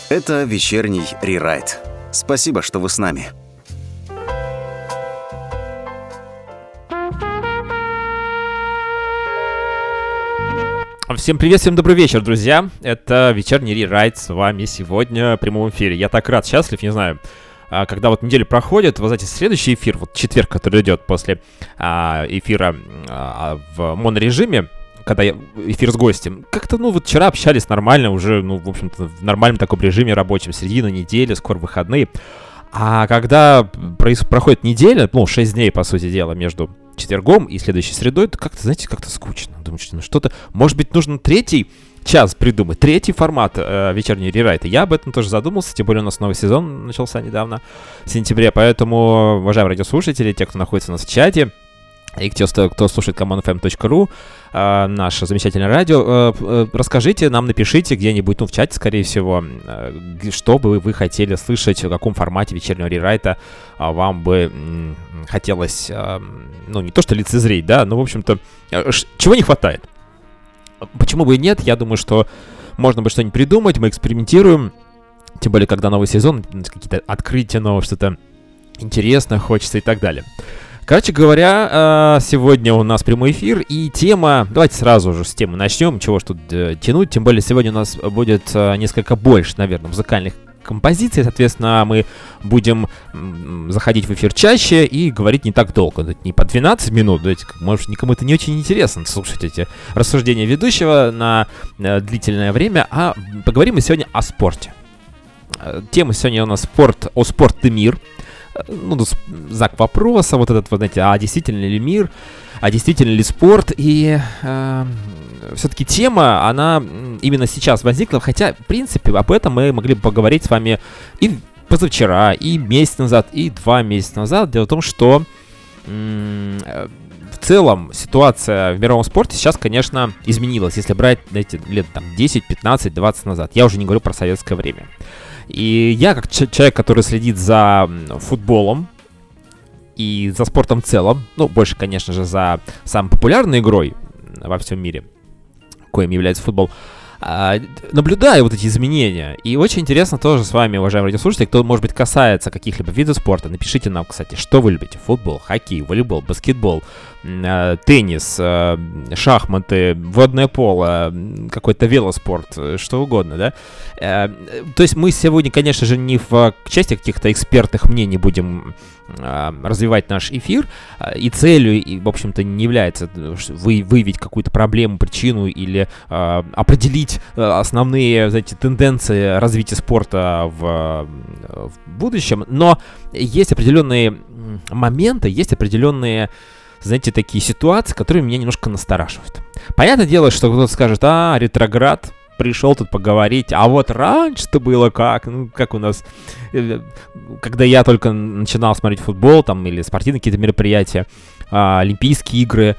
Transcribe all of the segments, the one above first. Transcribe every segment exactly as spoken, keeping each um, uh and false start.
Это вечерний рерайт. Спасибо, что вы с нами. Всем привет, всем добрый вечер, друзья. Это вечерний рерайт, с вами сегодня в прямом эфире. Я так рад, счастлив, не знаю, когда вот неделя проходит, вы знаете, следующий эфир, вот четверг, который идет после эфира в монорежиме, когда я эфир с гостем, как-то, ну, вот вчера общались нормально, уже, ну, в общем-то, в нормальном таком режиме рабочем, середина недели, скоро выходные. А когда проис- проходит неделя, ну, шесть дней, по сути дела, между четвергом и следующей средой, то как-то, знаете, как-то скучно. Думаете, ну, что-то, может быть, нужно третий час придумать, третий формат э, вечерней рерайта. Я об этом тоже задумался, тем более у нас новый сезон начался недавно, в сентябре, поэтому, уважаемые радиослушатели, те, кто находится у нас в чате, и те, кто слушает коммон эф эм точка ру, э, наше замечательное радио, э, э, расскажите нам, напишите где-нибудь, ну, в чате, скорее всего, э, что бы вы хотели слышать, в каком формате вечернего рерайта э, вам бы э, хотелось, э, ну, не то что лицезреть, да, но, в общем-то, э, ш- чего не хватает. Почему бы и нет, я думаю, что можно бы что-нибудь придумать, мы экспериментируем, тем более, когда новый сезон, какие-то открытия нового, что-то интересное хочется и так далее. Короче говоря, сегодня у нас прямой эфир, и тема, давайте сразу же с темы начнем, чего ж тут тянуть, тем более сегодня у нас будет несколько больше, наверное, музыкальных композиций, соответственно, мы будем заходить в эфир чаще и говорить не так долго, не по двенадцать минут, может, никому это не очень интересно слушать эти рассуждения ведущего на длительное время, а поговорим мы сегодня о спорте. Тема сегодня у нас спорт, о спорт и мир. Ну, знак вопроса, вот этот, вот, знаете, а действительно ли мир, а действительно ли спорт, и э, все-таки тема, она именно сейчас возникла, хотя, в принципе, об этом мы могли бы поговорить с вами и позавчера, и месяц назад, и два месяца назад. Дело в том, что э, в целом ситуация в мировом спорте сейчас, конечно, изменилась, если брать, знаете, лет там десять, пятнадцать, двадцать назад, я уже не говорю про советское время. И я, как ч- человек, который следит за футболом и за спортом в целом, ну, больше, конечно же, за самой популярной игрой во всем мире, коим является футбол, э, наблюдаю вот эти изменения. И очень интересно тоже с вами, уважаемые радиослушатели, кто, может быть, касается каких-либо видов спорта, напишите нам, кстати, что вы любите: футбол, хоккей, волейбол, баскетбол, э, теннис, э, шахматы, водное поло, какой-то велоспорт, что угодно, да? Э, то есть мы сегодня, конечно же, не в части каких-то экспертных мнений будем э, развивать наш эфир, э, и целью, и, в общем-то, не является вы, выявить какую-то проблему, причину или э, определить э, основные, знаете, тенденции развития спорта в, в будущем, но есть определенные моменты, есть определенные, знаете, такие ситуации, которые меня немножко настораживают. Понятное дело, что кто-то скажет: а, ретроград, пришел тут поговорить, а вот раньше-то было как, ну, как у нас, когда я только начинал смотреть футбол, там, или спортивные какие-то мероприятия, а, Олимпийские игры,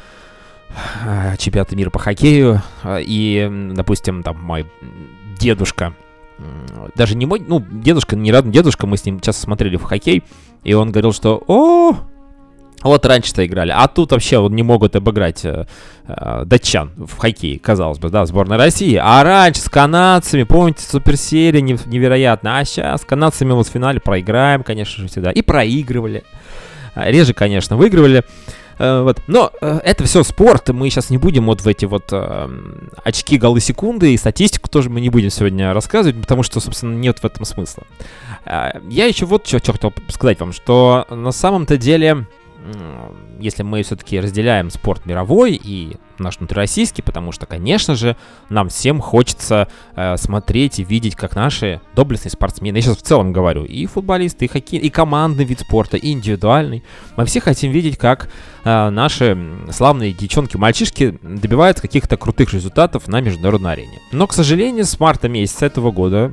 а, чемпионаты мира по хоккею, а, и, допустим, там, мой дедушка, даже не мой, ну, дедушка, не родной дедушка, мы с ним часто смотрели в хоккей, и он говорил, что: о, вот раньше-то играли, а тут вообще вот не могут обыграть э, э, датчан в хоккее, казалось бы, да, сборная России. А раньше с канадцами, помните, суперсерия невероятно, а сейчас с канадцами вот в финале проиграем, конечно же, всегда. И проигрывали. Реже, конечно, выигрывали. Э, вот. Но э, это все спорт, мы сейчас не будем вот в эти вот э, очки, голы, секунды, и статистику тоже мы не будем сегодня рассказывать, потому что, собственно, нет в этом смысла. Э, я еще вот что хотел сказать вам, что на самом-то деле, если мы все-таки разделяем спорт мировой и наш внутрироссийский, потому что, конечно же, нам всем хочется э, смотреть и видеть, как наши доблестные спортсмены, я сейчас в целом говорю, и футболисты, и хоккей, и командный вид спорта, и индивидуальный, мы все хотим видеть, как э, наши славные девчонки-мальчишки добиваются каких-то крутых результатов на международной арене. Но, к сожалению, с марта месяца этого года,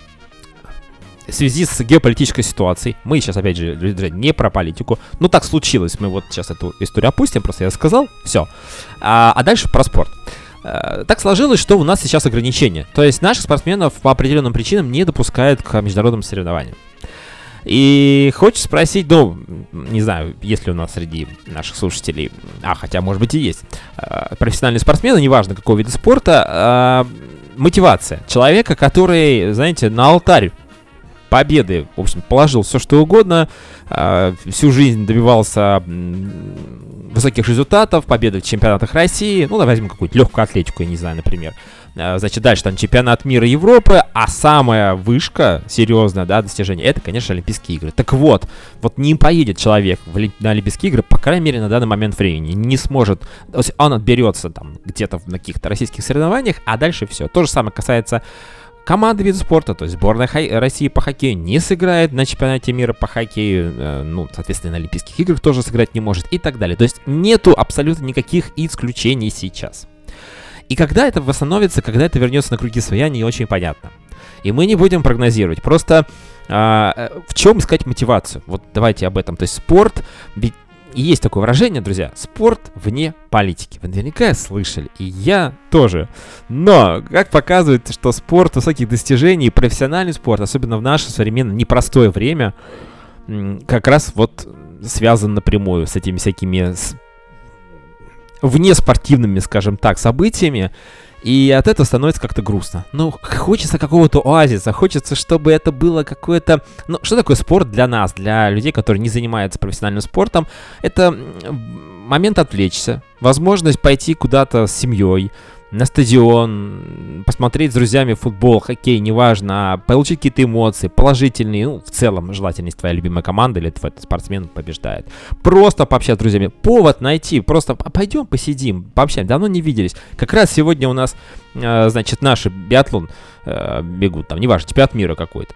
в связи с геополитической ситуацией, мы сейчас, опять же, не про политику, но так случилось, мы вот сейчас эту историю опустим, просто я сказал, все. А, а дальше про спорт. А, так сложилось, что у нас сейчас ограничения, то есть наших спортсменов по определенным причинам не допускают к международным соревнованиям. И хочется спросить, ну, не знаю, есть ли у нас среди наших слушателей, а хотя, может быть, и есть, профессиональные спортсмены, неважно какого вида спорта, мотивация человека, который, знаете, на алтарь победы, в общем, положил все, что угодно, э, всю жизнь добивался высоких результатов, победы в чемпионатах России, ну, давай возьмем какую-то легкую атлетику, я не знаю, например. Э, значит, дальше там чемпионат мира Европы, а самая вышка, серьезное, да, достижение, это, конечно, Олимпийские игры. Так вот, вот не поедет человек в, на Олимпийские игры, по крайней мере, на данный момент времени, не сможет, то есть он отберется там где-то на каких-то российских соревнованиях, а дальше все. То же самое касается команды вида спорта, то есть сборная хай- России по хоккею не сыграет на чемпионате мира по хоккею, э, ну, соответственно, на Олимпийских играх тоже сыграть не может и так далее. То есть нету абсолютно никаких исключений сейчас. И когда это восстановится, когда это вернется на круги своя, не очень понятно. И мы не будем прогнозировать. Просто э, в чем искать мотивацию? Вот давайте об этом. То есть спорт, ведь и есть такое выражение, друзья, спорт вне политики. Вы наверняка слышали, и я тоже. Но, как показывает, что спорт высоких достижений, профессиональный спорт, особенно в наше современное непростое время, как раз вот связан напрямую с этими всякими с... внеспортивными, скажем так, событиями. И от этого становится как-то грустно. Ну, хочется какого-то оазиса, хочется, чтобы это было какое-то... Ну, что такое спорт для нас, для людей, которые не занимаются профессиональным спортом? Это момент отвлечься, возможность пойти куда-то с семьей, на стадион, посмотреть с друзьями футбол, хоккей, неважно, получить какие-то эмоции, положительные, ну, в целом, желательно, если твоя любимая команда или твой спортсмен побеждает. Просто пообщаться с друзьями, повод найти, просто пойдем посидим, пообщаемся, давно не виделись. Как раз сегодня у нас, э, значит, наши биатлон э, бегут, там, неважно, чемпионат мира какой-то.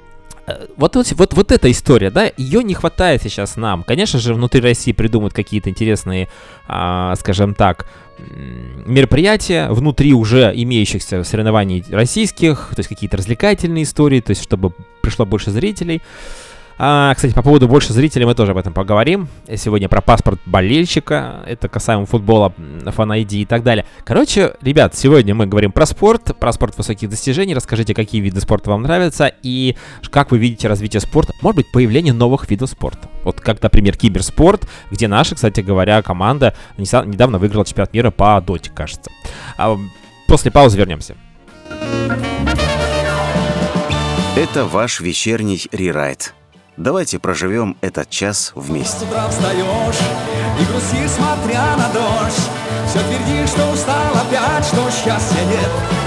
Вот, вот, вот, вот эта история, да, ее не хватает сейчас нам. Конечно же, внутри России придумают какие-то интересные, а, скажем так, мероприятия внутри уже имеющихся соревнований российских, то есть какие-то развлекательные истории, то есть чтобы пришло больше зрителей. А, кстати, по поводу больше зрителей мы тоже об этом поговорим. Сегодня про паспорт болельщика, это касаемо футбола, фан ай ди и так далее. Короче, ребят, сегодня мы говорим про спорт, про спорт высоких достижений. Расскажите, какие виды спорта вам нравятся и как вы видите развитие спорта. Может быть, появление новых видов спорта. Вот как, например, киберспорт, где наша, кстати говоря, команда недавно выиграла чемпионат мира по доте, кажется. А после паузы вернемся. Это ваш вечерний рерайт. Давайте проживем этот час вместе. С утра встаешь и грустишь, смотря на дождь. Все твердишь, что устал опять, что счастья нет.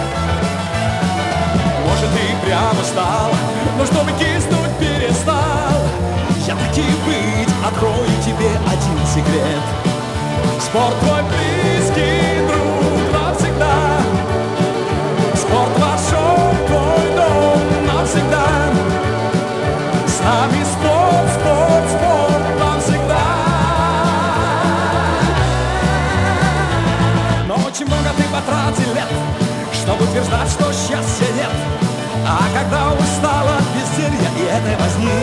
Может, и прямо стал, но чтобы киснуть перестал. Я таки быть, открою тебе один секрет. Спорт твой близкий друг навсегда. Спорт вошел в твой дом навсегда. С нами спорт, спорт, спорт навсегда. Но очень много ты потратил лет, чтобы утверждать, что счастья нет. А когда устал от безделья и этой возни,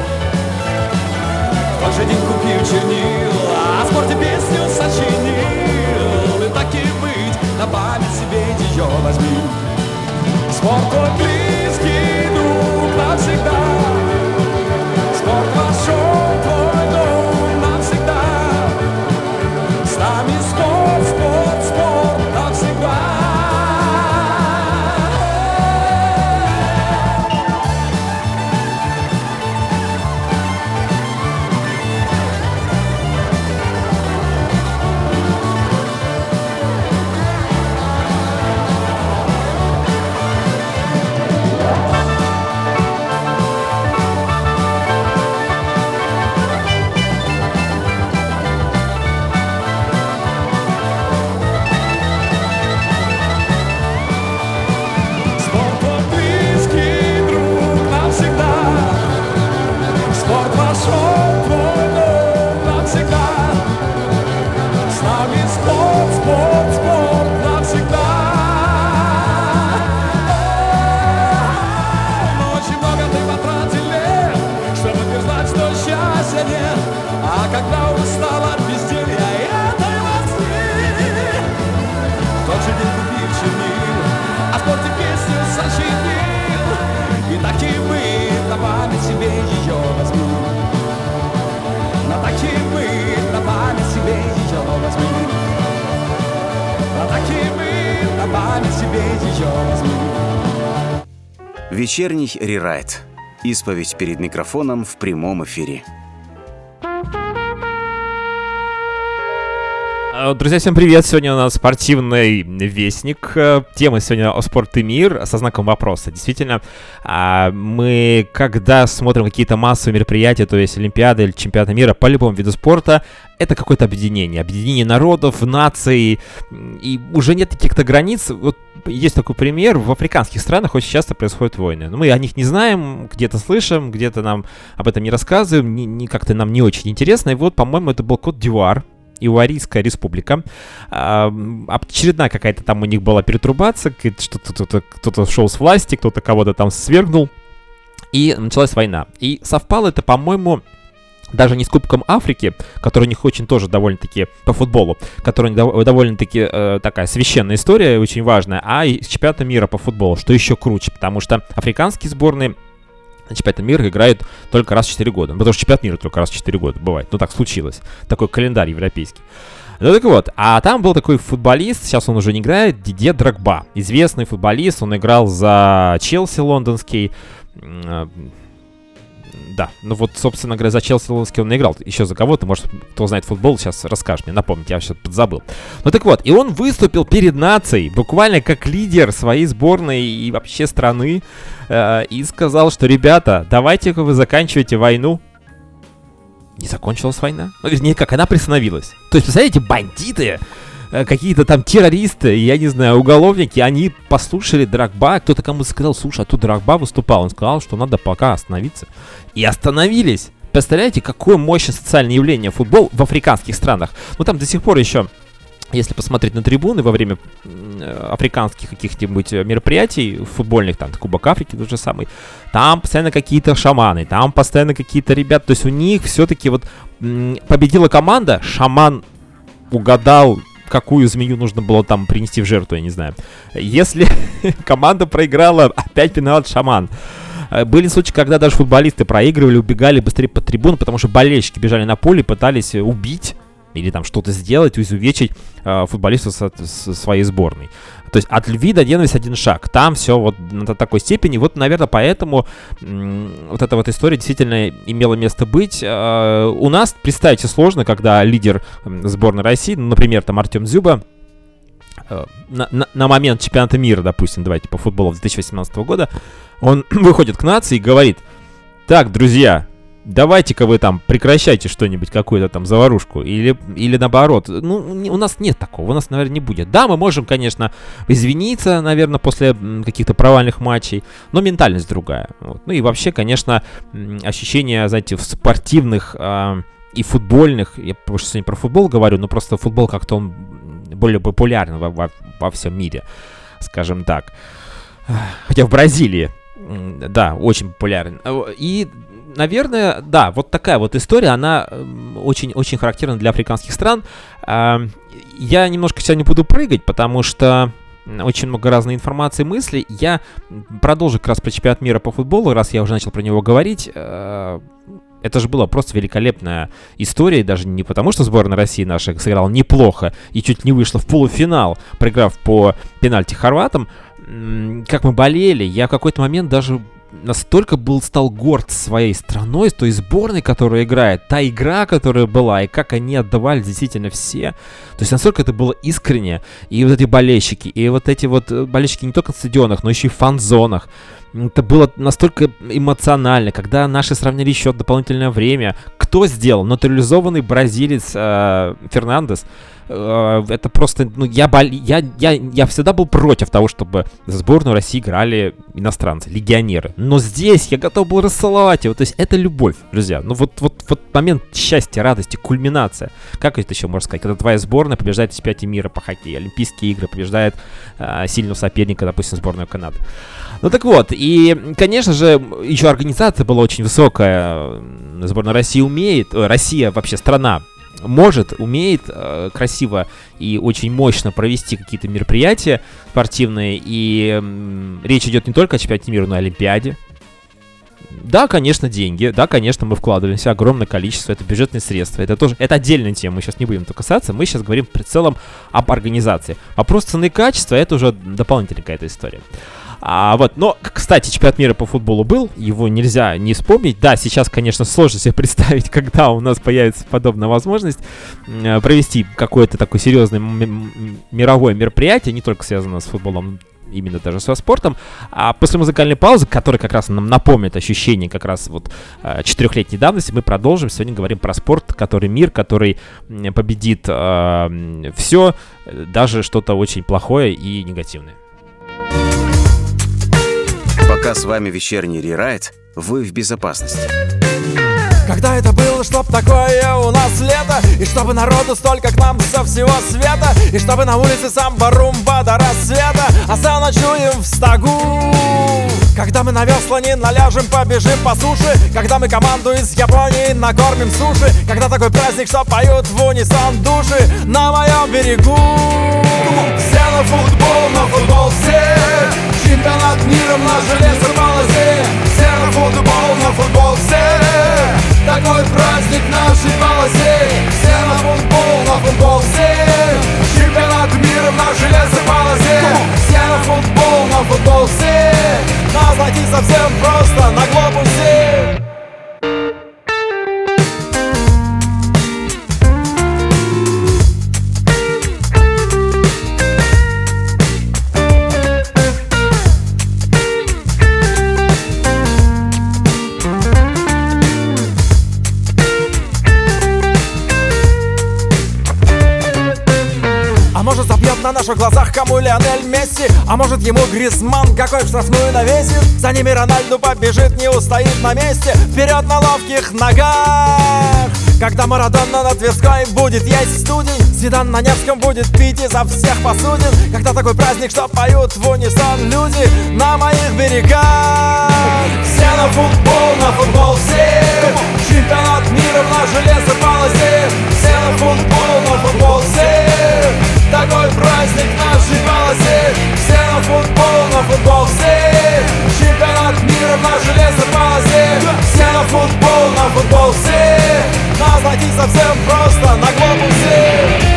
в тот же день купил чернил, а о спорте песню сочинил. И так и быть, на память себе ее возьми. Спорт твой близкий друг навсегда. Спорт вошел в твой дом навсегда. С нами спорт, спорт, спорт навсегда. ее возьми. Вечерний рерайт. Исповедь перед микрофоном в прямом эфире. Друзья, всем привет! Сегодня у нас спортивный вестник. Тема сегодня о спорт и мир со знаком вопроса. Действительно, мы, когда смотрим какие-то массовые мероприятия, то есть Олимпиады или чемпионаты мира по любому виду спорта, это какое-то объединение. Объединение народов, наций. И уже нет каких-то границ. Вот есть такой пример. В африканских странах очень часто происходят войны. Но мы о них не знаем, где-то слышим, где-то нам об этом не рассказываем. Не, не, как-то нам не очень интересно. И вот, по-моему, это был Кот-д'Ивуар. Ивуарийская республика. А, очередная какая-то там у них была перетрубация, что-то, кто-то, кто-то шел с власти, кто-то кого-то там свергнул, и началась война. И совпало это, по-моему, даже не с Кубком Африки, который у них очень тоже довольно-таки по футболу, который довольно-таки э, такая священная история, очень важная, а и с чемпионатом мира по футболу, что еще круче, потому что африканские сборные на чемпионате мира играют только раз в четыре года. Потому что чемпионат мира только раз в четыре года бывает. Ну так случилось. Такой календарь европейский. Ну так вот, а там был такой футболист, сейчас он уже не играет, Дидье Дрогба. Известный футболист, он играл за Челси лондонский. Да, ну вот, собственно говоря, за Челси лондонский он играл. Еще за кого-то, может, кто знает футбол, сейчас расскажешь мне, напомните, я сейчас подзабыл. Ну так вот, и он выступил перед нацией, буквально как лидер своей сборной и вообще страны, э, и сказал, что, ребята, давайте-ка вы заканчиваете войну. Не закончилась война? Ну, вернее, как, она приостановилась. То есть, представляете, бандиты, какие-то там террористы, я не знаю, уголовники, они послушали Дрогба, кто-то кому-то сказал, слушай, а тут Дрогба выступал, он сказал, что надо пока остановиться. И остановились. Представляете, какое мощное социальное явление футбол в африканских странах. Ну там до сих пор еще, если посмотреть на трибуны во время африканских каких-нибудь мероприятий футбольных, там Кубок Африки тот же самый, там постоянно какие-то шаманы, там постоянно какие-то ребята, то есть у них все-таки вот победила команда, шаман угадал, какую змею нужно было там принести в жертву, я не знаю. Если команда проиграла, опять виноват шаман. Были случаи, когда даже футболисты проигрывали, убегали быстрее под трибуну, потому что болельщики бежали на поле и пытались убить или там что-то сделать, изувечить э, футболистов со, со своей сборной. То есть от любви до ненависти один шаг. Там все вот на такой степени. Вот, наверное, поэтому м- вот эта вот история действительно имела место быть. Э, у нас, представьте, сложно, когда лидер сборной России, ну, например, там Артем Дзюба, э, на, на, на момент чемпионата мира, допустим, давайте по футболу две тысячи восемнадцатого года, он выходит к нации и говорит: так, друзья, давайте-ка вы там прекращайте что-нибудь, какую-то там заварушку, или, или наоборот. Ну, не, у нас нет такого, у нас, наверное, не будет. Да, мы можем, конечно, извиниться, наверное, после м, каких-то провальных матчей, но ментальность другая. Вот. Ну и вообще, конечно, м, ощущения, знаете, в спортивных э, и футбольных, я больше сегодня про футбол говорю, но просто футбол как-то он более популярен во, во, во всем мире, скажем так. Хотя в Бразилии, да, очень популярен. И наверное, да, вот такая вот история, она очень-очень характерна для африканских стран. Я немножко сегодня буду прыгать, потому что очень много разной информации, мыслей. Я продолжу как раз про чемпионат мира по футболу, раз я уже начал про него говорить. Это же была просто великолепная история, даже не потому, что сборная России наша сыграла неплохо и чуть не вышла в полуфинал, проиграв по пенальти хорватам. Как мы болели, я в какой-то момент даже настолько был, стал горд своей страной, с той сборной, которая играет, та игра, которая была, и как они отдавали действительно все. То есть настолько это было искренне. И вот эти болельщики, и вот эти вот болельщики не только на стадионах, но еще и в фан-зонах. Это было настолько эмоционально, когда наши сравняли счет в дополнительное время. Кто сделал? Натурализованный бразилец э, Фернандес. Э, это просто, ну, я, бол... я, я, я всегда был против того, чтобы за сборную России играли иностранцы, легионеры. Но здесь я готов был расцеловать его. То есть это любовь, друзья. Ну вот, вот, вот момент счастья, радости, кульминация. Как это еще можно сказать? Когда твоя сборная побеждает в чемпионате мира по хоккею, Олимпийские игры, побеждает э, сильного соперника, допустим, сборную Канады. Ну так вот, и, конечно же, еще организация была очень высокая. Сборная России умеет, э, Россия вообще страна может, умеет э, красиво и очень мощно провести какие-то мероприятия спортивные. И э, речь идет не только о чемпионате мира, но и о Олимпиаде. Да, конечно, деньги, да, конечно, мы вкладываемся огромное количество, это бюджетные средства, это тоже, это отдельная тема, мы сейчас не будем только касаться, мы сейчас говорим в целом об организации. Вопрос цены и качества, это уже дополнительная какая-то история. А, вот, но, кстати, чемпионат мира по футболу был, его нельзя не вспомнить. Да, сейчас, конечно, сложно себе представить, когда у нас появится подобная возможность э, провести какое-то такое серьезное м- мировое мероприятие, не только связанное с футболом, именно даже со спортом. А после музыкальной паузы, которая как раз нам напомнит ощущение как раз вот э, четырехлетней давности, мы продолжим. Сегодня говорим про спорт, который мир, который победит э, все, даже что-то очень плохое и негативное. Пока с вами вечерний рерайт, вы в безопасности. Когда это было, чтоб такое у нас лето, и чтобы народу столько к нам со всего света, и чтобы на улице самба-румба до рассвета, а заночуем в стогу. Когда мы на весла не наляжем, побежим по суше, когда мы команду из Японии накормим суши, когда такой праздник, что поют в унисон души на моем берегу. Все на футбол, на футбол все, чемпионат мира на железной полосе. Все на футбол, на футбол все, такой праздник в нашей полосе. Все на футбол, на футбол все, чемпионат мира на железной полосе. Все на футбол, на футбол все, нас найти совсем просто на глобусе. На наших глазах кому Лионель Месси, а может ему Гризманн, какой в штрафную навесит. За ними Рональду побежит, не устоит на месте, вперед на ловких ногах. Когда Марадона на Тверской будет есть студень, Зидан на Невском будет пить изо всех посудин. Когда такой праздник, что поют в унисон люди на моих берегах. Все на футбол, на футбол все, чемпионат мира на железной полосе. Все на футбол, на футбол все, такой праздник в нашей полосе. Все на футбол, на футбол все, чемпионат мира на железной полосе. Все на футбол, на футбол все, нас найти совсем просто на глобусе.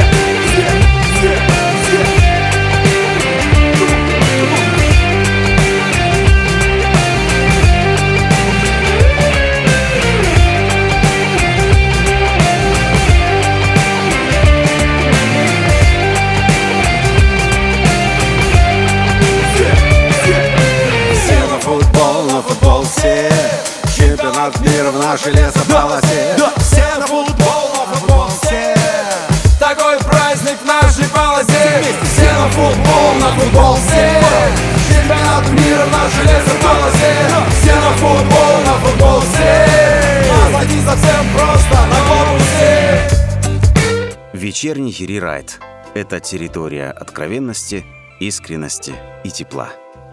Чемпионат мира в нашей лесополосе. Все на футбол, на футбол все, такой праздник в нашей полосе. Все на футбол, на футбол все, чемпионат мира в нашей лесополосе. Все на футбол, на футбол все, нас найти совсем просто на глобусе. Вечерний рерайт – это территория откровенности, искренности и тепла.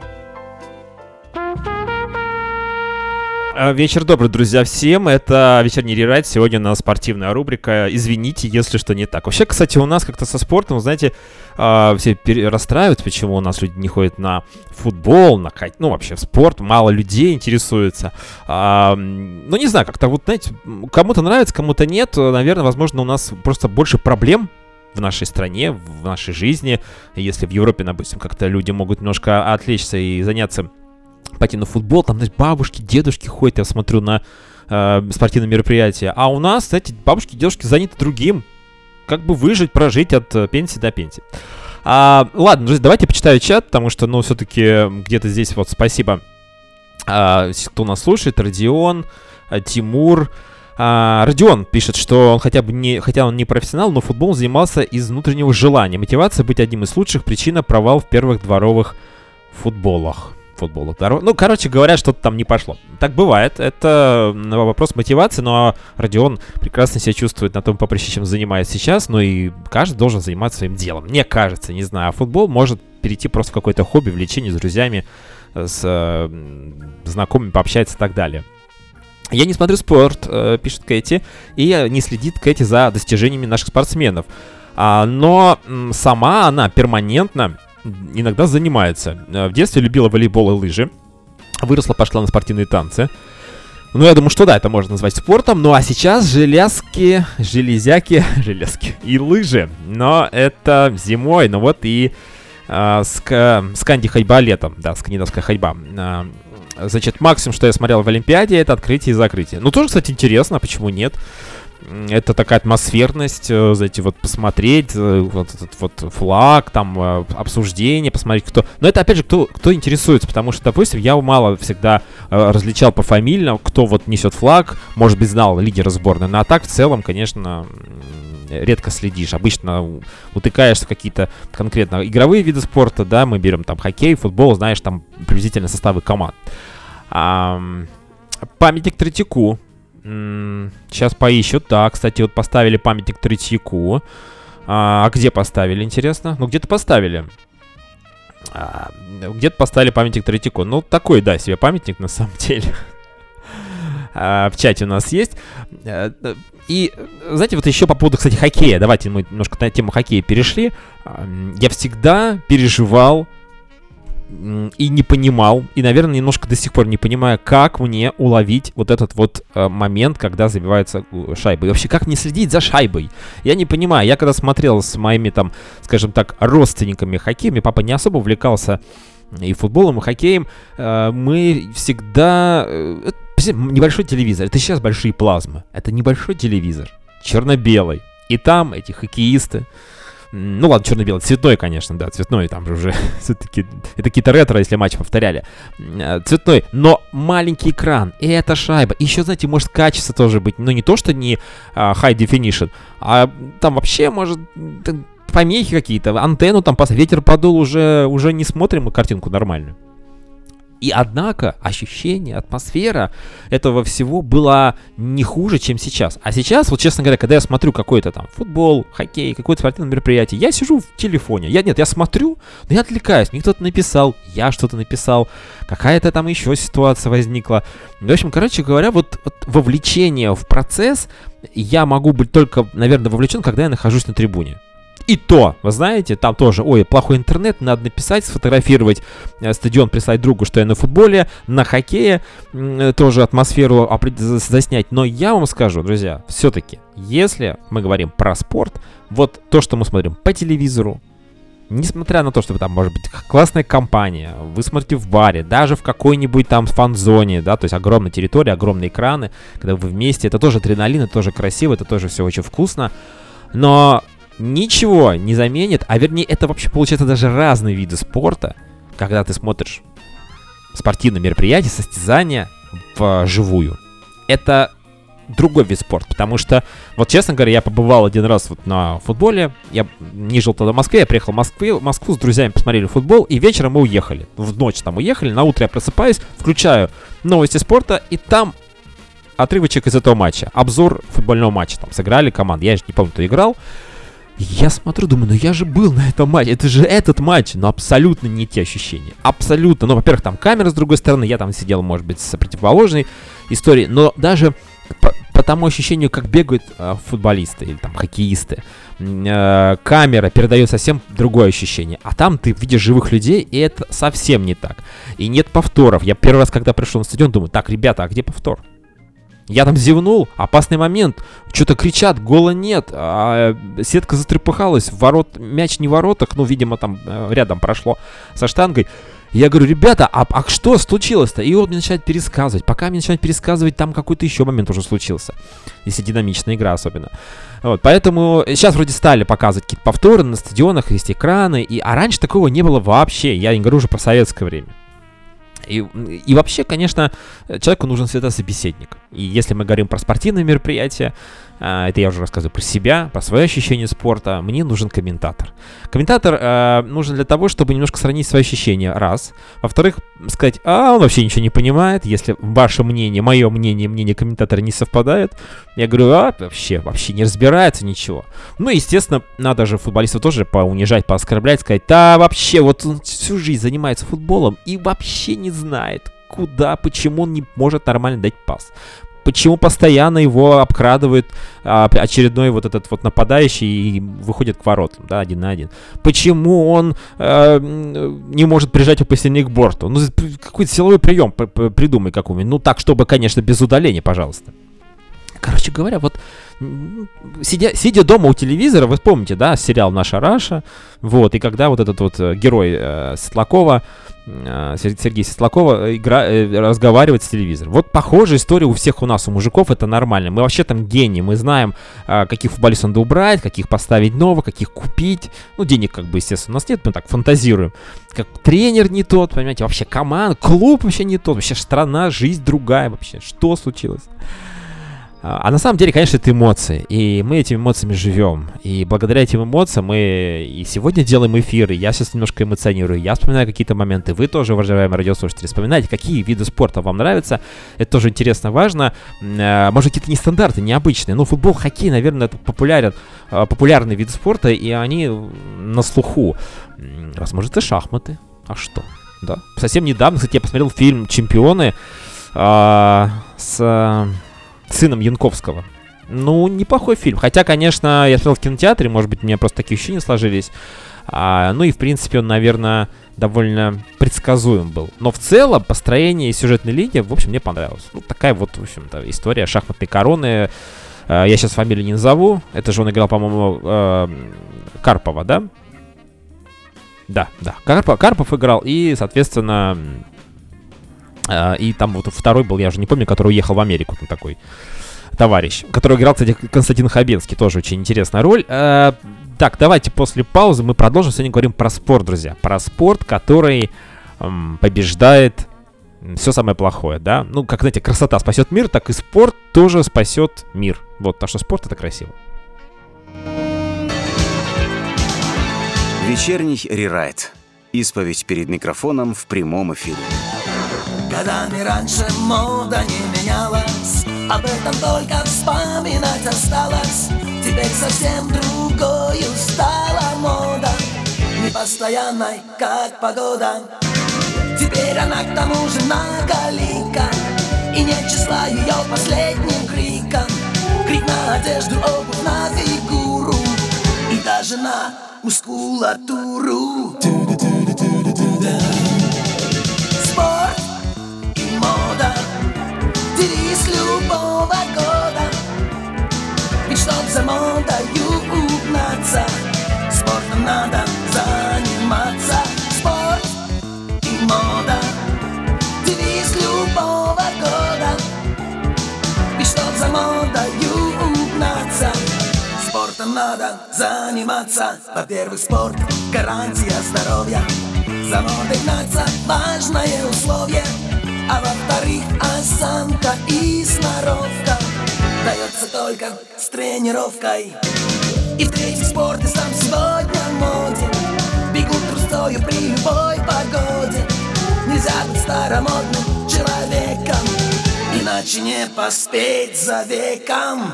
Вечер добрый, друзья, всем. Это вечерний рерайт. Сегодня у нас спортивная рубрика. Извините, если что не так. Вообще, кстати, у нас как-то со спортом, знаете, все расстраиваются, почему у нас люди не ходят на футбол, на хоккей, ну, вообще в спорт. Мало людей интересуется. Ну, не знаю, как-то вот, знаете, кому-то нравится, кому-то нет. Наверное, возможно, у нас просто больше проблем в нашей стране, в нашей жизни. Если в Европе, допустим, как-то люди могут немножко отвлечься и заняться, пойти на футбол, там, знаете, бабушки, дедушки ходят, я смотрю на э, спортивные мероприятия. А у нас, кстати, бабушки, дедушки заняты другим. Как бы выжить, прожить от э, пенсии до пенсии. А, ладно, друзья, давайте почитаю чат, потому что, ну, все-таки где-то здесь вот спасибо, а, кто нас слушает. Родион, а, Тимур. А, Родион пишет, что он хотя бы не, хотя он не профессионал, но футболом занимался из внутреннего желания. Мотивация быть одним из лучших, причина провал в первых дворовых футболах. Футболу. Ну, короче говоря, что-то там не пошло. Так бывает. Это вопрос мотивации, но Родион прекрасно себя чувствует на том поприще, чем занимается сейчас, но и каждый должен заниматься своим делом. Мне кажется, не знаю, а футбол может перейти просто в какое-то хобби, влечение с друзьями, с э, знакомыми, пообщаться и так далее. Я не смотрю спорт, э, пишет Кэти, и не следит Кэти за достижениями наших спортсменов. А, но м, сама она перманентно иногда занимается. В детстве любила волейбол и лыжи. выросла, пошла на спортивные танцы. Ну, я думаю, что да, это можно назвать спортом. Ну, а сейчас железки, железяки, железки и лыжи. Но это зимой, ну вот и э, ска, сканди ходьба летом. Да, скандинавская ходьба. Э, значит, максимум, что я смотрел в Олимпиаде, это открытие и закрытие. Ну, тоже, кстати, интересно, почему нет. Это такая атмосферность, знаете, вот посмотреть, вот этот вот флаг, там, обсуждение, посмотреть, кто... Но это, опять же, кто, кто интересуется, потому что, допустим, я мало всегда различал пофамильно, кто вот несет флаг, может быть, знал лидера сборной, но а так, в целом, конечно, редко следишь. Обычно утыкаешься в какие-то конкретно игровые виды спорта, да, мы берем там хоккей, футбол, знаешь, там приблизительно составы команд. А, памятник Третьяку. Сейчас поищут. Да, кстати, вот поставили памятник Третьяку. А, а где поставили, интересно? Ну, где-то поставили. А, где-то поставили памятник Третьяку. Ну, такой, да, себе памятник, на самом деле. а, в чате у нас есть. А, и, знаете, вот еще по поводу, кстати, хоккея. Давайте мы немножко на тему хоккея перешли. А, я всегда переживал и не понимал, и, наверное, немножко до сих пор не понимаю, как мне уловить вот этот вот э, момент, когда забивается шайба. И вообще, как мне следить за шайбой? Я не понимаю. Я когда смотрел с моими, там, скажем так, родственниками хоккеем, и папа не особо увлекался и футболом, и хоккеем, э, мы всегда... Э, небольшой телевизор. Это сейчас большие плазмы. Это небольшой телевизор, черно-белый. И там эти хоккеисты... Ну ладно, черно-белый, цветной, конечно, да, цветной, там же уже все-таки, это какие-то ретро, если матч повторяли, цветной, но маленький экран, и эта шайба, еще, знаете, может качество тоже быть, ну не то, что не uh, high definition, а там вообще, может, помехи какие-то, антенну там, ветер подул, уже, уже не смотрим мы картинку нормальную. И однако ощущение, атмосфера этого всего была не хуже, чем сейчас. А сейчас, вот честно говоря, когда я смотрю какой-то там футбол, хоккей, какое-то спортивное мероприятие, я сижу в телефоне. Я нет, я смотрю, но я отвлекаюсь. Мне кто-то написал, я что-то написал, какая-то там еще ситуация возникла. В общем, короче говоря, вот, вот вовлечение в процесс я могу быть только, наверное, вовлечен, когда я нахожусь на трибуне. И то, вы знаете, там тоже, ой, плохой интернет, надо написать, сфотографировать э, стадион, прислать другу, что я на футболе, на хоккее, э, тоже атмосферу заснять. Но я вам скажу, друзья, все-таки, если мы говорим про спорт, вот то, что мы смотрим по телевизору, несмотря на то, что там может быть классная компания, вы смотрите в баре, даже в какой-нибудь там фан-зоне, да, то есть огромная территория, огромные экраны, когда вы вместе, это тоже адреналин, это тоже красиво, это тоже все очень вкусно, но... Ничего не заменит, а вернее это вообще получается даже разные виды спорта, когда ты смотришь спортивное мероприятие, состязания вживую. Это другой вид спорта, потому что, вот честно говоря, я побывал один раз вот на футболе, я не жил тогда в Москве, я приехал в Москву, в Москву с друзьями, посмотрели футбол, и вечером мы уехали, в ночь там уехали, на утро я просыпаюсь, включаю новости спорта, и там отрывочек из этого матча, обзор футбольного матча, там сыграли команды, я же не помню, кто играл. Я смотрю, думаю, ну я же был на этом матче, это же этот матч, но абсолютно не те ощущения, абсолютно. Ну, во-первых, там камера с другой стороны, я там сидел, может быть, с противоположной историей, но даже по, по тому ощущению, как бегают э, футболисты или там хоккеисты, э, камера передает совсем другое ощущение, а там ты видишь живых людей, и это совсем не так. И нет повторов. Я первый раз, когда пришел на стадион, думаю, так, ребята, а где повтор? Я там зевнул, опасный момент, что-то кричат, гола нет, а сетка затрепыхалась, ворот, мяч не в воротах, ну, видимо, там э, рядом прошло со штангой. Я говорю, ребята, а, а что случилось-то? И он мне начинает пересказывать. Пока мне начинает пересказывать, там какой-то еще момент уже случился. Если динамичная игра особенно. Вот, поэтому сейчас вроде стали показывать какие-то повторы на стадионах, есть экраны, и, а раньше такого не было вообще, я не говорю уже про советское время. И, и вообще, конечно, человеку нужен всегда собеседник. И если мы говорим про спортивные мероприятия, э, это я уже рассказываю про себя, про свои ощущения спорта, мне нужен комментатор. Комментатор э, нужен для того, чтобы немножко сравнить свои ощущения, раз. Во-вторых, сказать, а он вообще ничего не понимает, если ваше мнение, мое мнение, мнение комментатора не совпадает. Я говорю, а вообще, вообще не разбирается ничего. Ну, естественно, надо же футболистов тоже поунижать, пооскорблять, сказать, да вообще, вот он всю жизнь занимается футболом и вообще не знает, куда, почему он не может нормально дать пас. Почему постоянно его обкрадывает а, очередной вот этот вот нападающий и выходит к воротам, да, один на один? Почему он а, не может прижать опасения к борту? Ну, какой-то силовой прием придумай какой-нибудь. Ну, так, чтобы, конечно, без удаления, пожалуйста. Короче говоря, вот сидя, сидя дома у телевизора, вы помните, да, сериал «Наша Раша», вот, и когда вот этот вот герой э, Светлакова, э, Сергей Светлакова игра, э, разговаривает с телевизором. Вот похожая история у всех у нас, у мужиков, это нормально. Мы вообще там гении, мы знаем, э, каких футболистов надо убрать, каких поставить новых, каких купить. Ну, денег, как бы, естественно, у нас нет, мы так фантазируем. Как тренер не тот, понимаете, вообще команда, клуб вообще не тот, вообще страна, жизнь другая вообще. Что случилось? А на самом деле, конечно, это эмоции, и мы этими эмоциями живем. И благодаря этим эмоциям мы и сегодня делаем эфиры, я сейчас немножко эмоционирую, я вспоминаю какие-то моменты, вы тоже, уважаемые радиослушатели, вспоминайте, какие виды спорта вам нравятся, это тоже интересно, важно. Может, какие-то нестандарты, необычные, ну, футбол, хоккей, наверное, это популярен, популярный вид спорта, и они на слуху. Раз, может, и шахматы, а что, да? Совсем недавно, кстати, я посмотрел фильм «Чемпионы» а, с... сыном Янковского. Ну, неплохой фильм. Хотя, конечно, я смотрел в кинотеатре, может быть, у меня просто такие ощущения сложились. А, ну и, в принципе, он, наверное, довольно предсказуем был. Но в целом, построение и сюжетной линии, в общем, мне понравилось. Ну, такая вот, в общем-то, история шахматной короны. А, я сейчас фамилию не назову. Это же он играл, по-моему, э, Карпова, да? Да, да. Карпов, Карпов играл, и, соответственно... И там вот второй был, я уже не помню, который уехал в Америку, там такой товарищ, который играл, кстати, Константин Хабенский, тоже очень интересная роль. Так, давайте после паузы мы продолжим. Сегодня говорим про спорт, друзья. Про спорт, который эм, побеждает все самое плохое, да? Ну, как, знаете, красота спасет мир, так и спорт тоже спасет мир. Вот, так что спорт — это красиво. Вечерний рерайт. Исповедь перед микрофоном в прямом эфире. Годами раньше мода не менялась, об этом только вспоминать осталось. Теперь совсем другою стала мода, непостоянной, как погода. Теперь она к тому же многолика, и нет числа ее последним криком. Крик на одежду, обувь, на фигуру и даже на мускулатуру. Спорт и мода — девиз любого года. Ведь чтоб за модою угнаться, спортом надо заниматься. Спорт и мода — девиз любого года. Ведь чтоб за модою угнаться, спортом надо заниматься. Во-первых, спорт — гарантия здоровья. За модой гнаться — важное условие. А во-вторых, осанка и сноровка дается только с тренировкой. И в-третьих, спорт и сам сегодня моден. Бегут трусцою при любой погоде. Нельзя быть старомодным человеком, иначе не поспеть за веком.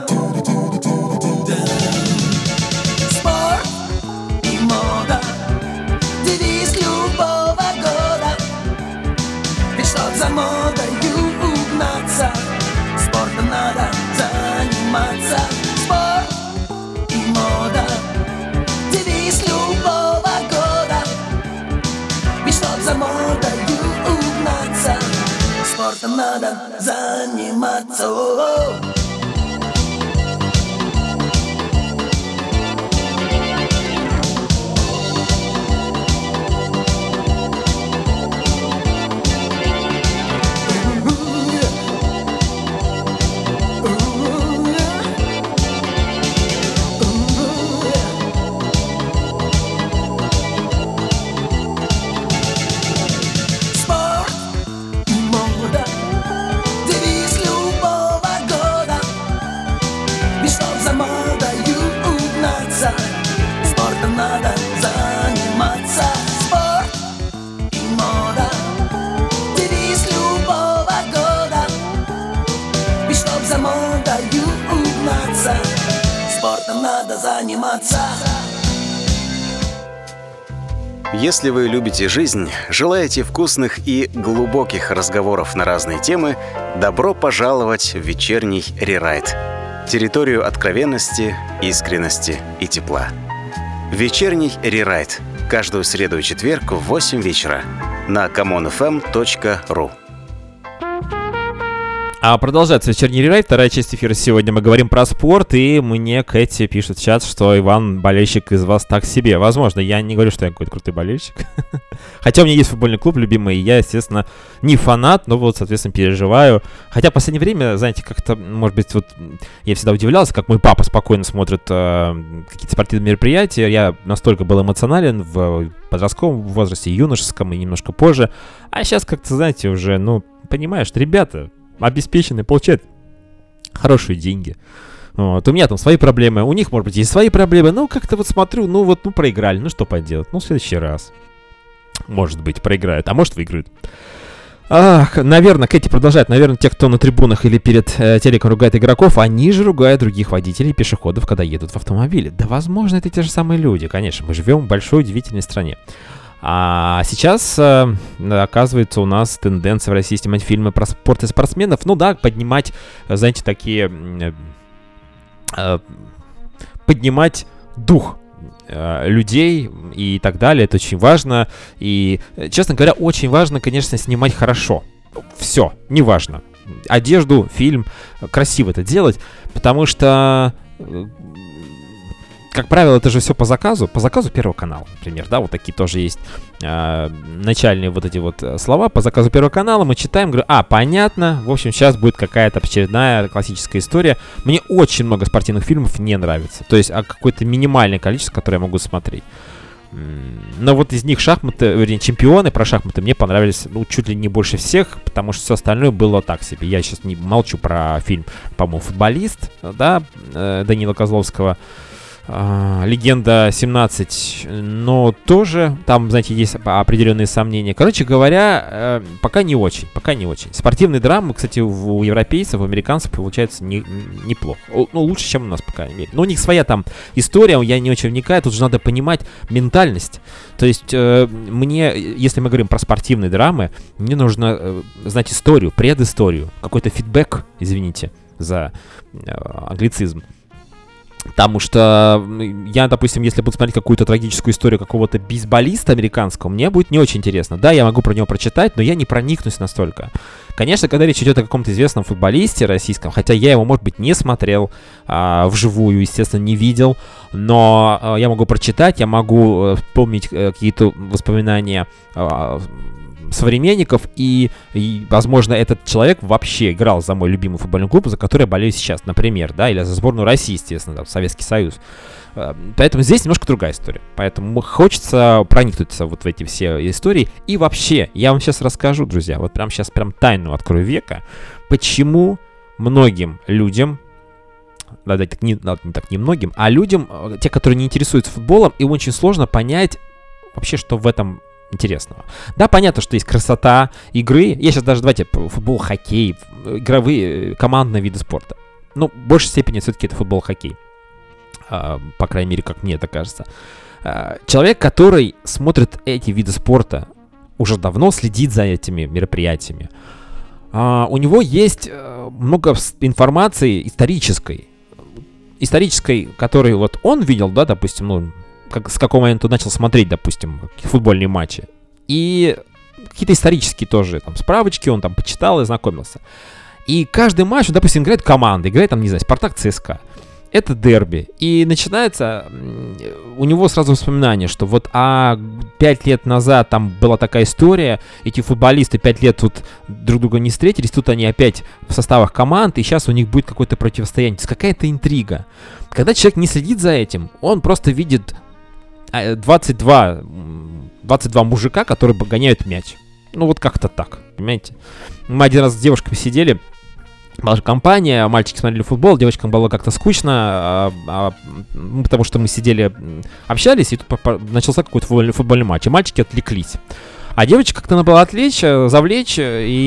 Спорт и мода — девиз любого года. Ведь чтоб за модою угнаться, спортом надо заниматься. Спорт и мода — девиз любого года. Ведь чтоб за модою угнаться, спортом надо заниматься. О-о-о. Спортом надо заниматься. Если вы любите жизнь, желаете вкусных и глубоких разговоров на разные темы, добро пожаловать в вечерний рерайт. Территорию откровенности, искренности и тепла. Вечерний рерайт. Каждую среду и четверг в восемь вечера на коммон эф эм точка ру. А продолжается вечерний рерайт, вторая часть эфира. Сегодня мы говорим про спорт, и мне Кэти пишет в чат, что Иван болельщик из вас так себе. Возможно, я не говорю, что я какой-то крутой болельщик. Хотя у меня есть футбольный клуб любимый, и я, естественно, не фанат, но вот, соответственно, переживаю. Хотя в последнее время, знаете, как-то, может быть, вот я всегда удивлялся, как мой папа спокойно смотрит э, какие-то спортивные мероприятия. Я настолько был эмоционален в подростковом возрасте, юношеском и немножко позже. А сейчас как-то, знаете, уже, ну, понимаешь, ребята обеспеченные, получают хорошие деньги. Вот. У меня там свои проблемы, у них, может быть, есть свои проблемы. Ну, как-то вот смотрю, ну вот, ну, проиграли, ну, что поделать. Ну, в следующий раз, может быть, проиграют, а может, выиграют. Ах, наверное, Кэти продолжает. Наверное, те, кто на трибунах или перед э, телеком ругает игроков, они же ругают других водителей и пешеходов, когда едут в автомобиле. Да, возможно, это те же самые люди, конечно. Мы живем в большой удивительной стране. А сейчас, э, оказывается, у нас тенденция в России снимать фильмы про спорт и спортсменов. Ну да, поднимать, знаете, такие... Э, э, поднимать дух э, людей и так далее. Это очень важно. И, честно говоря, очень важно, конечно, снимать хорошо. Все, неважно. Одежду, фильм, красиво это делать, потому что... Как правило, это же все по заказу, по заказу Первого канала, например, да, вот такие тоже есть э, начальные вот эти вот слова по заказу Первого канала, мы читаем, говорю, а, понятно, в общем, сейчас будет какая-то очередная классическая история. Мне очень много спортивных фильмов не нравится, то есть а какое-то минимальное количество, которое я могу смотреть. Но вот из них шахматы, вернее, чемпионы про шахматы мне понравились, ну, чуть ли не больше всех, потому что все остальное было так себе. Я сейчас не молчу про фильм, по-моему, «Футболист», да, э, Данила Козловского, Uh, Легенда семнадцать, но тоже там, знаете, есть определенные сомнения. Короче говоря, э, пока не очень, пока не очень. Спортивные драмы, кстати, у европейцев, у американцев получается не, неплохо. Ну, лучше, чем у нас, по крайней мере. Но у них своя там история, я не очень вникаю, тут же надо понимать ментальность. То есть э, мне, если мы говорим про спортивные драмы, мне нужно э, знать историю, предысторию, какой-то фидбэк, извините за э, англицизм. Потому что я, допустим, если буду смотреть какую-то трагическую историю какого-то бейсболиста американского, мне будет не очень интересно. Да, я могу про него прочитать, но я не проникнусь настолько. Конечно, когда речь идет о каком-то известном футболисте российском, хотя я его, может быть, не смотрел а, вживую, естественно, не видел, но а, я могу прочитать, я могу а, вспомнить а, какие-то воспоминания а, современников, и, и, возможно, этот человек вообще играл за мой любимый футбольный клуб, за который я болею сейчас, например, да, или за сборную России, естественно, да, Советский Союз. Поэтому здесь немножко другая история. Поэтому хочется проникнуться вот в эти все истории. И вообще, я вам сейчас расскажу, друзья, вот прямо сейчас прям тайну открою века, почему многим людям, да, так не, да, не так немногим, а людям, те, которые не интересуются футболом, им очень сложно понять вообще, что в этом интересного. Да, понятно, что есть красота игры. Я сейчас даже, давайте, футбол, хоккей, игровые, командные виды спорта. Ну, в большей степени все-таки это футбол, хоккей. А, по крайней мере, как мне это кажется. А, человек, который смотрит эти виды спорта, уже давно следит за этими мероприятиями. А, у него есть много информации исторической. Исторической, которую вот он видел, да, допустим, ну, как, с какого момента начал смотреть, допустим, футбольные матчи. И какие-то исторические тоже там справочки он там почитал и знакомился. И каждый матч, допустим, играет команда, играет там, не знаю, Спартак ЦСКА. Это дерби. И начинается у него сразу воспоминание, что вот а пять лет назад там была такая история, эти футболисты пять лет тут друг друга не встретились, тут они опять в составах команд, и сейчас у них будет какое-то противостояние. То есть какая-то интрига. Когда человек не следит за этим, он просто видит двадцать два, двадцать два мужика, которые гоняют мяч. Ну вот как-то так, понимаете? Мы один раз с девушками сидели, была же компания, мальчики смотрели футбол, девочкам было как-то скучно, а, а, потому что мы сидели, общались, и тут начался какой-то футбольный, футбольный матч, и мальчики отвлеклись. А девочка как-то надо было отвлечь, завлечь, и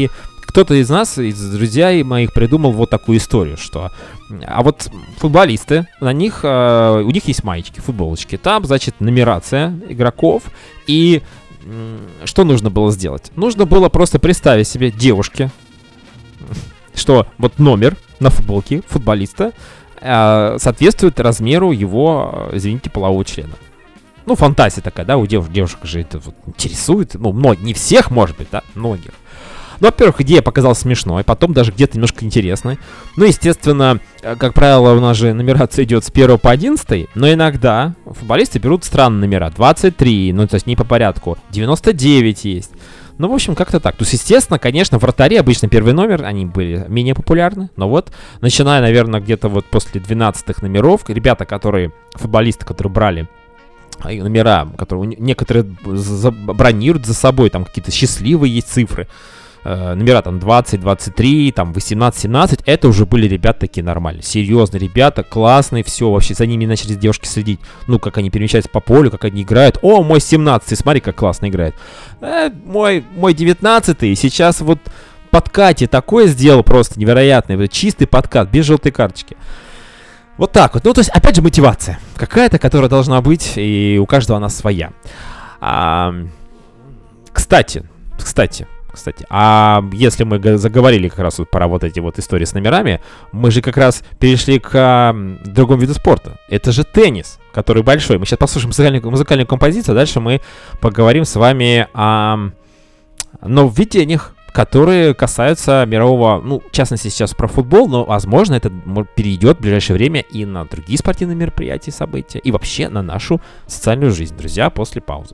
кто-то из нас, из друзей моих, придумал вот такую историю, что... А вот футболисты, на них, э, у них есть маечки, футболочки. Там, значит, нумерация игроков. И э, что нужно было сделать? Нужно было просто представить себе девушке, что вот номер на футболке футболиста э, соответствует размеру его, извините, полового члена. Ну, фантазия такая, да, у девушек, девушек же это вот интересует. Ну, многих, не всех, может быть, да, многих. Ну, во-первых, идея показалась смешной, потом даже где-то немножко интересной. Ну, естественно, как правило, у нас же нумерация идет с первого по одиннадцатый, но иногда футболисты берут странные номера. двадцать три, ну, то есть не по порядку. девяносто девять есть. Ну, в общем, как-то так. То есть, естественно, конечно, вратари, обычно первый номер, они были менее популярны. Но вот, начиная, наверное, где-то вот после двенадцатых номеров, ребята, которые, футболисты, которые брали номера, которые некоторые бронируют за собой, там какие-то счастливые есть цифры, э, номера там двадцать, двадцать три, там восемнадцать, семнадцать, это уже были ребята такие нормальные, серьезные ребята, классные, все, вообще за ними начали девушки следить, ну, как они перемещаются по полю, как они играют, о, мой семнадцатый, смотри, как классно играет, э, мой, мой девятнадцатый, сейчас вот подкате такое сделал просто невероятный, чистый подкат, без желтой карточки. Вот так вот. Ну, то есть, опять же, мотивация. Какая-то, которая должна быть, и у каждого она своя. А, кстати, кстати, кстати, а если мы заговорили как раз вот про вот эти вот истории с номерами, мы же как раз перешли к а, другому виду спорта. Это же теннис, который большой. Мы сейчас послушаем музыкальную, музыкальную композицию, а дальше мы поговорим с вами о нововведениях, которые касаются мирового, ну, в частности, сейчас про футбол, но, возможно, это перейдет в ближайшее время и на другие спортивные мероприятия, события, и вообще на нашу социальную жизнь. Друзья, после паузы.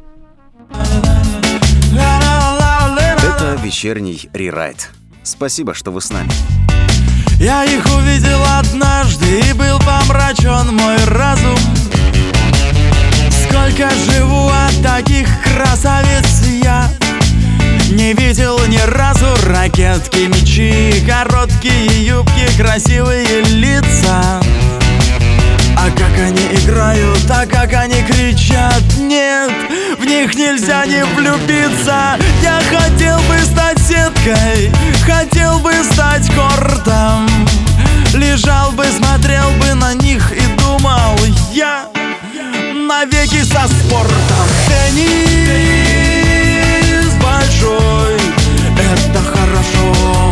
Это вечерний рерайт. Спасибо, что вы с нами. Я их увидел однажды, и был помрачен мой разум. Сколько живу от таких красавиц я не видел ни разу. Ракетки, мячи, короткие юбки, красивые лица. А как они играют, а как они кричат, нет, в них нельзя не влюбиться. Я хотел бы стать сеткой, хотел бы стать кортом. Лежал бы, смотрел бы на них и думал, я навеки со спортом. Теннис большой, это хорошо.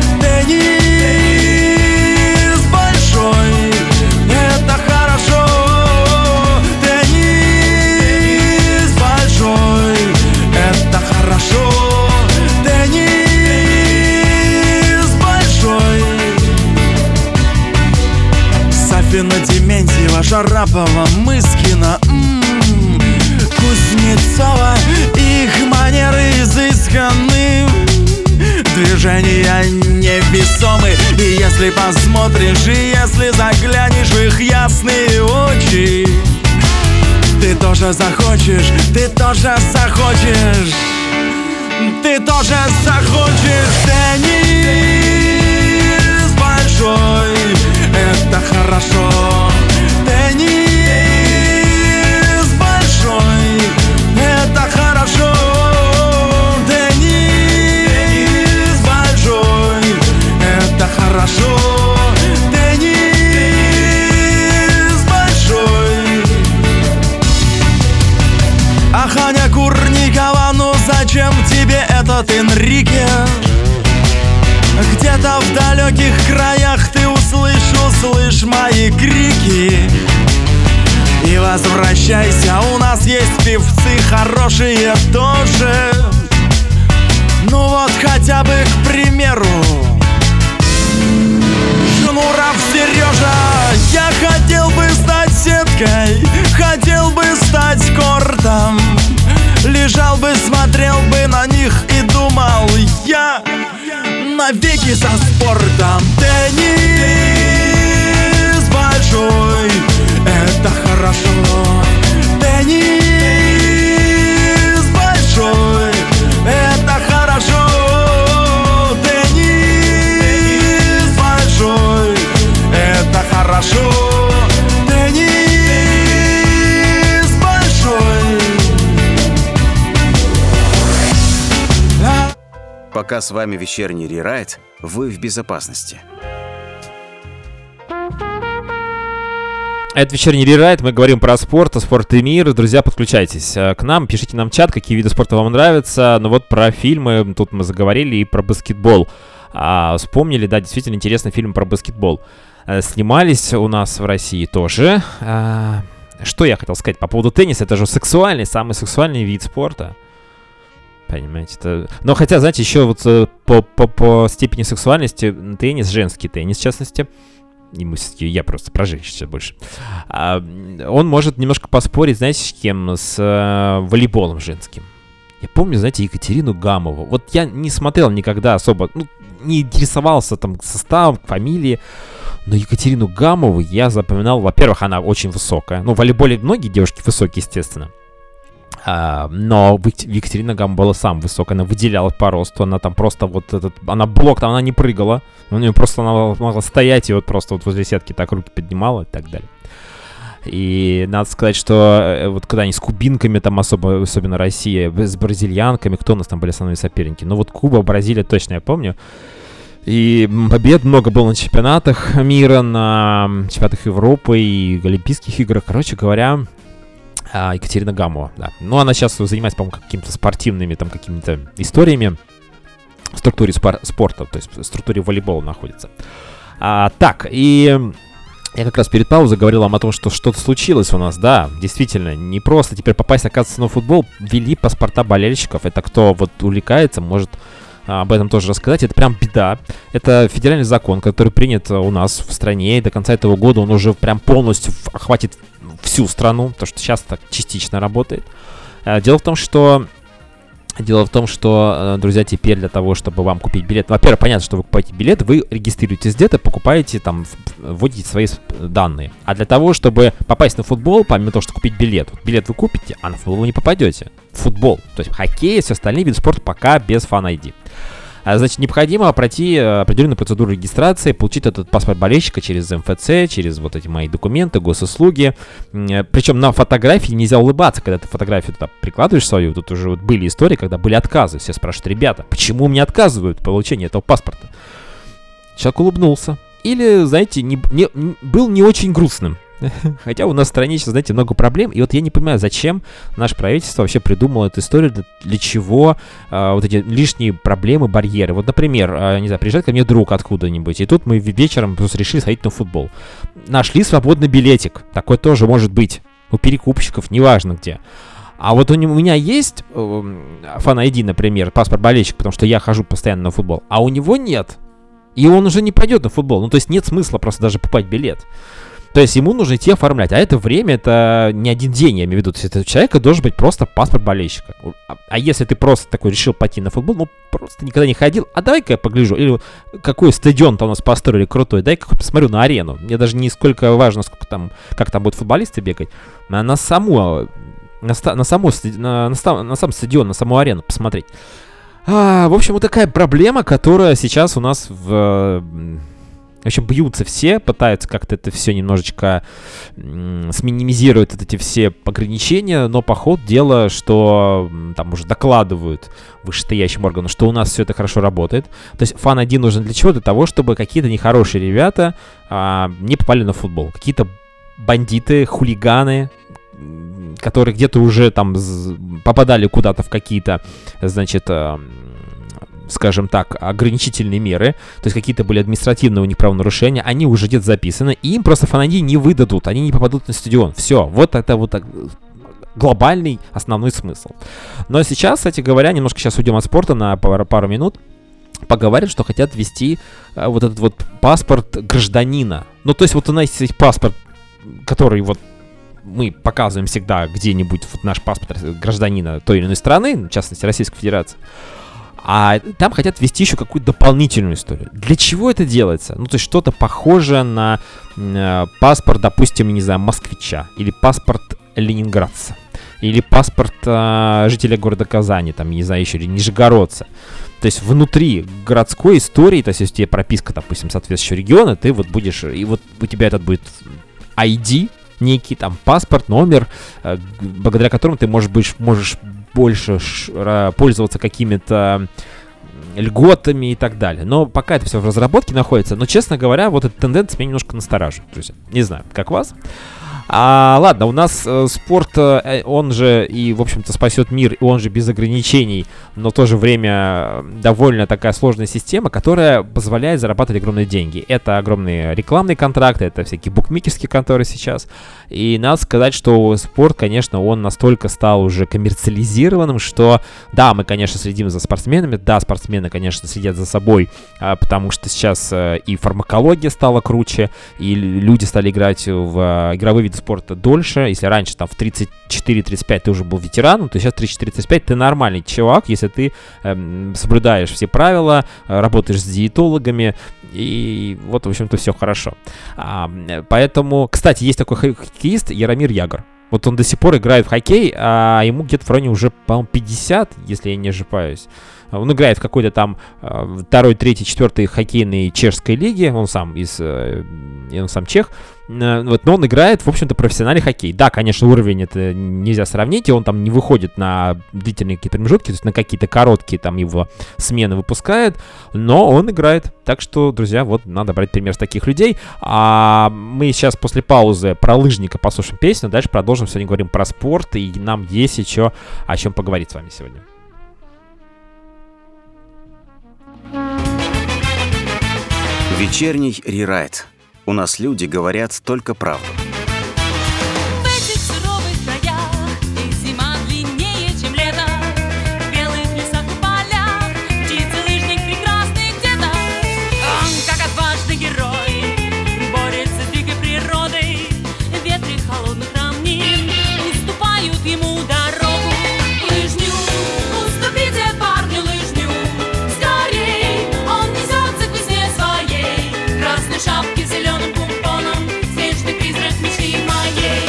Теннис большой, это хорошо. Теннис большой, это хорошо. Теннис большой. Сафина, Дементьева, Шарапова, Мыскина, м-м, Кузнецова, их манеры изысканы, движения невесомы. И если посмотришь, и если заглянешь в их ясные очи, ты тоже захочешь, ты тоже захочешь, ты тоже захочешь. Теннис большой, это хорошо. Теннис большой, это хорошо. Теннис большой, это хорошо. Теннис большой. Ах, Аня Курникова, ну зачем тебе этот Энрике? Где-то в далеких краях ты услышь, услышь мои крики. И возвращайся, у нас есть певцы хорошие тоже. Ну вот хотя бы, к примеру, Шнуров Сережа. Я хотел бы стать сеткой, хотел бы стать кортом. Лежал бы, смотрел бы на них и думал, я навеки со спортом. Теннис большой, это хорошо. Теннис большой, это хорошо. Теннис большой, это хорошо. Теннис большой. пока с вами вечерний рерайт, вы в безопасности. Это вечерний рерайт, мы говорим про спорт, спорт и мир. Друзья, подключайтесь к нам, пишите нам в чат, какие виды спорта вам нравятся. Ну вот про фильмы, тут мы заговорили и про баскетбол. А, вспомнили, да, действительно интересный фильм про баскетбол. А, снимались у нас в России тоже. А, что я хотел сказать по поводу тенниса? Это же сексуальный, самый сексуальный вид спорта. Понимаете, это... Но хотя, знаете, еще вот по, по, по степени сексуальности теннис, женский теннис, в частности, и мы, я просто про женщин сейчас больше, а, он может немножко поспорить, знаете, с кем? С а, волейболом женским. Я помню, знаете, Екатерину Гамову. Вот я не смотрел никогда особо, ну, не интересовался там составом, фамилией, но Екатерину Гамову я запоминал, во-первых, она очень высокая. Ну, в волейболе многие девушки высокие, естественно. А, но Екатерина Гамова была сам высокая, она выделялась по росту, она там просто вот этот, она блок, там она не прыгала, у нее просто она могла стоять и вот просто вот возле сетки так руки поднимала и так далее. И надо сказать, что вот когда они с кубинками, там особо, особенно Россия, с бразильянками, кто у нас там были основные соперники? Ну вот Куба, Бразилия, точно я помню. И побед много было на чемпионатах мира, на чемпионатах Европы и Олимпийских играх. Короче говоря, Екатерина Гамова, да. Ну, она сейчас занимается, по-моему, какими-то спортивными там какими-то историями в структуре спор- спорта, то есть в структуре волейбола находится. А, так, и я как раз перед паузой говорил вам о том, что что-то случилось у нас, да, действительно, не просто теперь попасть, оказывается, на футбол, ввели паспорта болельщиков, это кто вот увлекается, может об этом тоже рассказать, это прям беда. Это федеральный закон, который принят у нас в стране, и до конца этого года он уже прям полностью охватит всю страну, потому что сейчас так частично работает. Дело в том, что Дело в том, что, друзья, теперь для того, чтобы вам купить билет... Во-первых, понятно, что вы покупаете билет, вы регистрируетесь где-то, покупаете, там, вводите свои данные. А для того, чтобы попасть на футбол, помимо того, что купить билет, вот билет вы купите, а на футбол вы не попадете. Футбол, то есть хоккей и все остальные виды спорта пока без фан-ай ди. Значит, необходимо пройти определенную процедуру регистрации, получить этот паспорт болельщика через эм эф цэ, через вот эти мои документы, госуслуги. Причем на фотографии нельзя улыбаться, когда ты фотографию туда прикладываешь свою. Тут уже вот были истории, когда были отказы. Все спрашивают: ребята, почему мне отказывают в получении этого паспорта? Человек улыбнулся. Или, знаете, не, не, был не очень грустным. Хотя у нас в стране сейчас, знаете, много проблем. И вот я не понимаю, зачем наше правительство вообще придумало эту историю, для, для чего а, вот эти лишние проблемы, барьеры. Вот, например, а, не знаю, приезжает ко мне друг откуда-нибудь, и тут мы вечером просто решили сходить на футбол. Нашли свободный билетик. Такой тоже может быть у перекупщиков, неважно где. А вот у, у меня есть э, фан-ай ди, например, паспорт болельщика, потому что я хожу постоянно на футбол, а у него нет. И он уже не пойдет на футбол. Ну, то есть нет смысла просто даже покупать билет. То есть ему нужно идти оформлять. А это время, это не один день, я имею в виду. То есть у человека должен быть просто паспорт болельщика. А, а если ты просто такой решил пойти на футбол, ну просто никогда не ходил, а давай-ка я погляжу. Или какой стадион-то у нас построили крутой, дай-ка посмотрю на арену. Мне даже не сколько важно, сколько там, как там будут футболисты бегать, а на саму, на, на, саму, на, на, на сам стадион, на саму арену посмотреть. А, в общем, вот такая проблема, которая сейчас у нас в... В общем, бьются все, пытаются как-то это все немножечко м- сминимизировать, вот эти все ограничения, но по ходу дела, что м, там уже докладывают вышестоящим органам, что у нас все это хорошо работает. То есть фан-ай ди нужен для чего? Для того, чтобы какие-то нехорошие ребята а, не попали на футбол. Какие-то бандиты, хулиганы, которые где-то уже там попадали куда-то в какие-то, значит... А, скажем так, ограничительные меры, то есть какие-то были административные у них правонарушения, они уже где-то записаны, и им просто фан-ай ди не выдадут, они не попадут на стадион. Все, вот это вот глобальный основной смысл. Но сейчас, кстати говоря, немножко сейчас уйдем от спорта на пару, пару минут, поговорят, что хотят ввести а, вот этот вот паспорт гражданина. Ну, то есть вот у нас есть паспорт, который вот мы показываем всегда где-нибудь, вот наш паспорт гражданина той или иной страны, в частности Российской Федерации. А там хотят ввести еще какую-то дополнительную историю. Для чего это делается? Ну, то есть что-то похожее на э, паспорт, допустим, не знаю, москвича. Или паспорт ленинградца. Или паспорт э, жителя города Казани, там, не знаю, еще или нижегородца. То есть внутри городской истории, то есть если у тебя прописка, допустим, соответствующего региона, ты вот будешь, и вот у тебя этот будет ай ди, некий там паспорт, номер, э, благодаря которому ты можешь, будешь, можешь больше ш, ра, пользоваться какими-то льготами и так далее. Но пока это все в разработке находится. Но, честно говоря, вот эта тенденция меня немножко настораживает, друзья. Не знаю, как вас. А, ладно, у нас э, спорт, э, он же и, в общем-то, спасет мир, и он же без ограничений, но в то же время довольно такая сложная система, которая позволяет зарабатывать огромные деньги. Это огромные рекламные контракты, это всякие букмекерские конторы сейчас. И надо сказать, что спорт, конечно, он настолько стал уже коммерциализированным, что, да, мы, конечно, следим за спортсменами, да, спортсмены, конечно, следят за собой, а, потому что сейчас а, и фармакология стала круче, и люди стали играть в а, игровые виды спорта дольше. Если раньше там в тридцать четыре тридцать пять ты уже был ветераном, то сейчас тридцать четыре тридцать пять ты нормальный чувак, если ты э, соблюдаешь все правила, работаешь с диетологами, и вот, в общем-то, все хорошо. А, поэтому, кстати, есть такой хоккеист Яромир Ягр. Вот он до сих пор играет в хоккей, а ему где-то в районе уже, по-моему, пятьдесят, если я не ошибаюсь. Он играет в какой-то там второй, третий, четвертый хоккейной чешской лиге. Он сам из... Он сам чех. Вот, но он играет, в общем-то, профессиональный хоккей. Да, конечно, уровень это нельзя сравнить, и он там не выходит на длительные какие-то промежутки, то есть на какие-то короткие там его смены выпускает, но он играет. Так что, друзья, вот надо брать пример с таких людей. А мы сейчас после паузы про лыжника послушаем песню, дальше продолжим. Сегодня говорим про спорт, и нам есть еще о чем поговорить с вами сегодня. Вечерний рерайт. У нас люди говорят только правду. В этих суровых краях их зима длиннее, чем лето. В белых лесах и полях птица-лыжник прекрасный где-то. Он, как отважный герой, борется с дикой природой. Ветры холодных равнин уступают ему дорогу. Лыжню, уступите парню лыжню. Скорей, он несется к весне своей. Красной шапки, зеленым помпоном, снежный призрак мечты моей.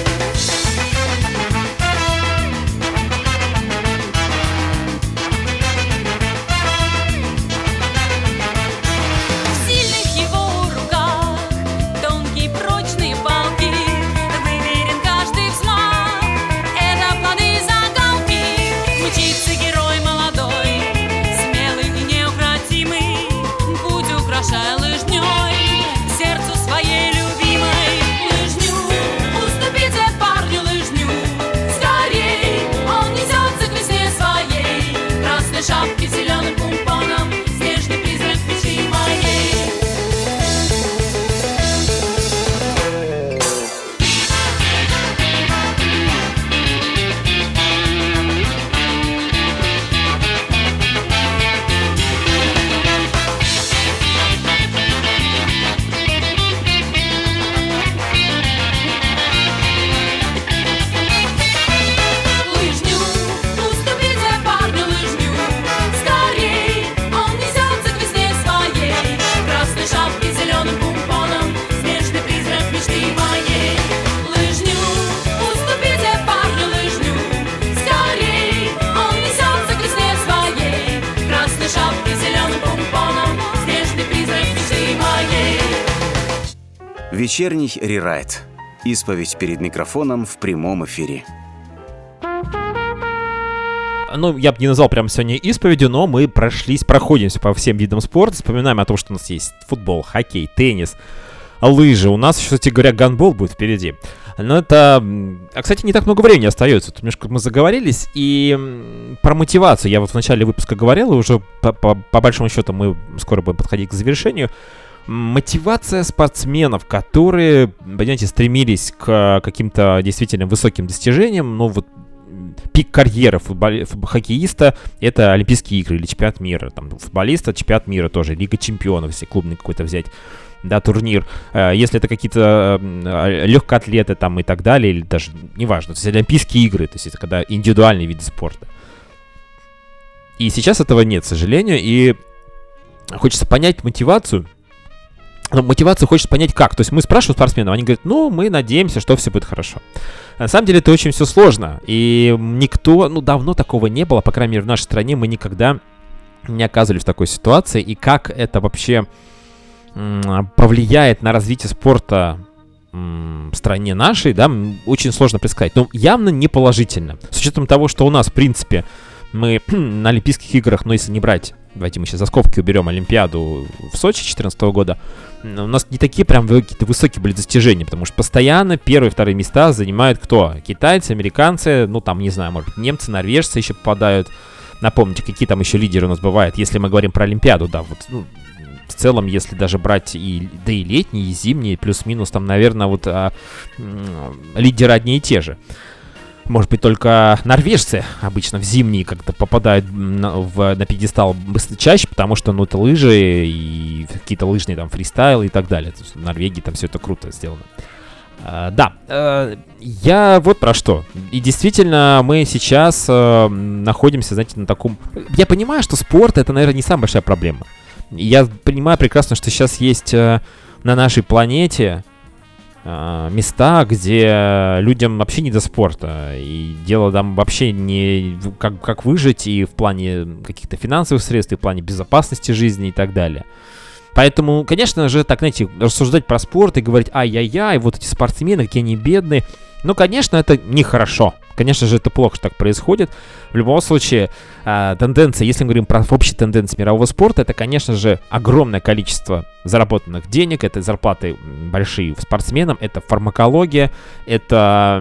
В сильных его руках тонкие прочные палки, выверен каждый взмах, это плоды закалки. Мчится герой молодой, смелый и неукротимый, путь украшая лыжней, сердцу своей любимой. Лыжню, уступите парню лыжню. Скорей, он несется к весне своей. Красной шапки, зеленым помпоном, снежный призрак мечты моей. Лыжню, уступите парню лыжню. Скорей, он несется к весне своей. Красной шапки, зеленым помпоном, снежный призрак мечты моей. Лыжню, уступите парню лыжню. Скорей, он несется к весне своей. Красной шапки, зеленым помпоном, снежный призрак мечты моей. Вечерний рерайт. Исповедь перед микрофоном в прямом эфире. Ну, я бы не назвал прямо сегодня исповедью, но мы прошлись, проходимся по всем видам спорта, вспоминаем о том, что у нас есть футбол, хоккей, теннис, лыжи. У нас, кстати говоря, гандбол будет впереди. Но это... А, кстати, не так много времени остается. Тут немножко мы заговорились. И м, про мотивацию я вот в начале выпуска говорил, и уже по, по, по большому счету мы скоро будем подходить к завершению. Мотивация спортсменов, которые, понимаете, стремились к каким-то действительно высоким достижениям, ну вот пик карьеры футболи... хоккеиста — это Олимпийские игры или чемпионат мира. Там, футболиста — чемпионат мира тоже, Лига чемпионов, если клубный какой-то взять, да, турнир. Если это какие-то легкоатлеты там и так далее, или даже, неважно, то есть Олимпийские игры, то есть это когда индивидуальные виды спорта. И сейчас этого нет, к сожалению, и хочется понять мотивацию. Но мотивацию хочется понять как. То есть мы спрашиваем спортсменов, они говорят, ну, мы надеемся, что все будет хорошо. На самом деле это очень все сложно. И никто, ну, давно такого не было, по крайней мере, в нашей стране мы никогда не оказывались в такой ситуации. И как это вообще м- повлияет на развитие спорта м- в стране нашей, да, очень сложно предсказать. Но явно не положительно. С учетом того, что у нас, в принципе, мы на Олимпийских играх, но если не брать давайте мы сейчас за скобки уберем Олимпиаду в Сочи две тысячи четырнадцатого года, у нас не такие прям какие-то высокие были достижения, потому что постоянно первые и вторые места занимают кто? Китайцы, американцы, ну там, не знаю, может быть, немцы, норвежцы еще попадают. Напомните, какие там еще лидеры у нас бывают, если мы говорим про Олимпиаду, да, вот, ну, в целом, если даже брать и, да и летние, и зимние, плюс-минус, там, наверное, вот а, м- лидеры одни и те же. Может быть, только норвежцы обычно в зимние как-то попадают на, в, на пьедестал быстро, чаще, потому что, ну, это лыжи и какие-то лыжные там фристайлы и так далее. То есть в Норвегии там все это круто сделано. Uh, да, uh, я вот про что. И действительно, мы сейчас uh, находимся, знаете, на таком... Я понимаю, что спорт — это, наверное, не самая большая проблема. Я понимаю прекрасно, что сейчас есть uh, на нашей планете uh, места, где людям вообще не до спорта. И дело там вообще не как, как выжить и в плане каких-то финансовых средств, и в плане безопасности жизни и так далее. Поэтому, конечно же, так, знаете, рассуждать про спорт и говорить ай-яй-яй, вот эти спортсмены, какие они бедные, ну, конечно, это нехорошо. Конечно же, это плохо, что так происходит. В любом случае, э, тенденция, если мы говорим про общие тенденции мирового спорта, это, конечно же, огромное количество заработанных денег, это зарплаты большие спортсменам, это фармакология, это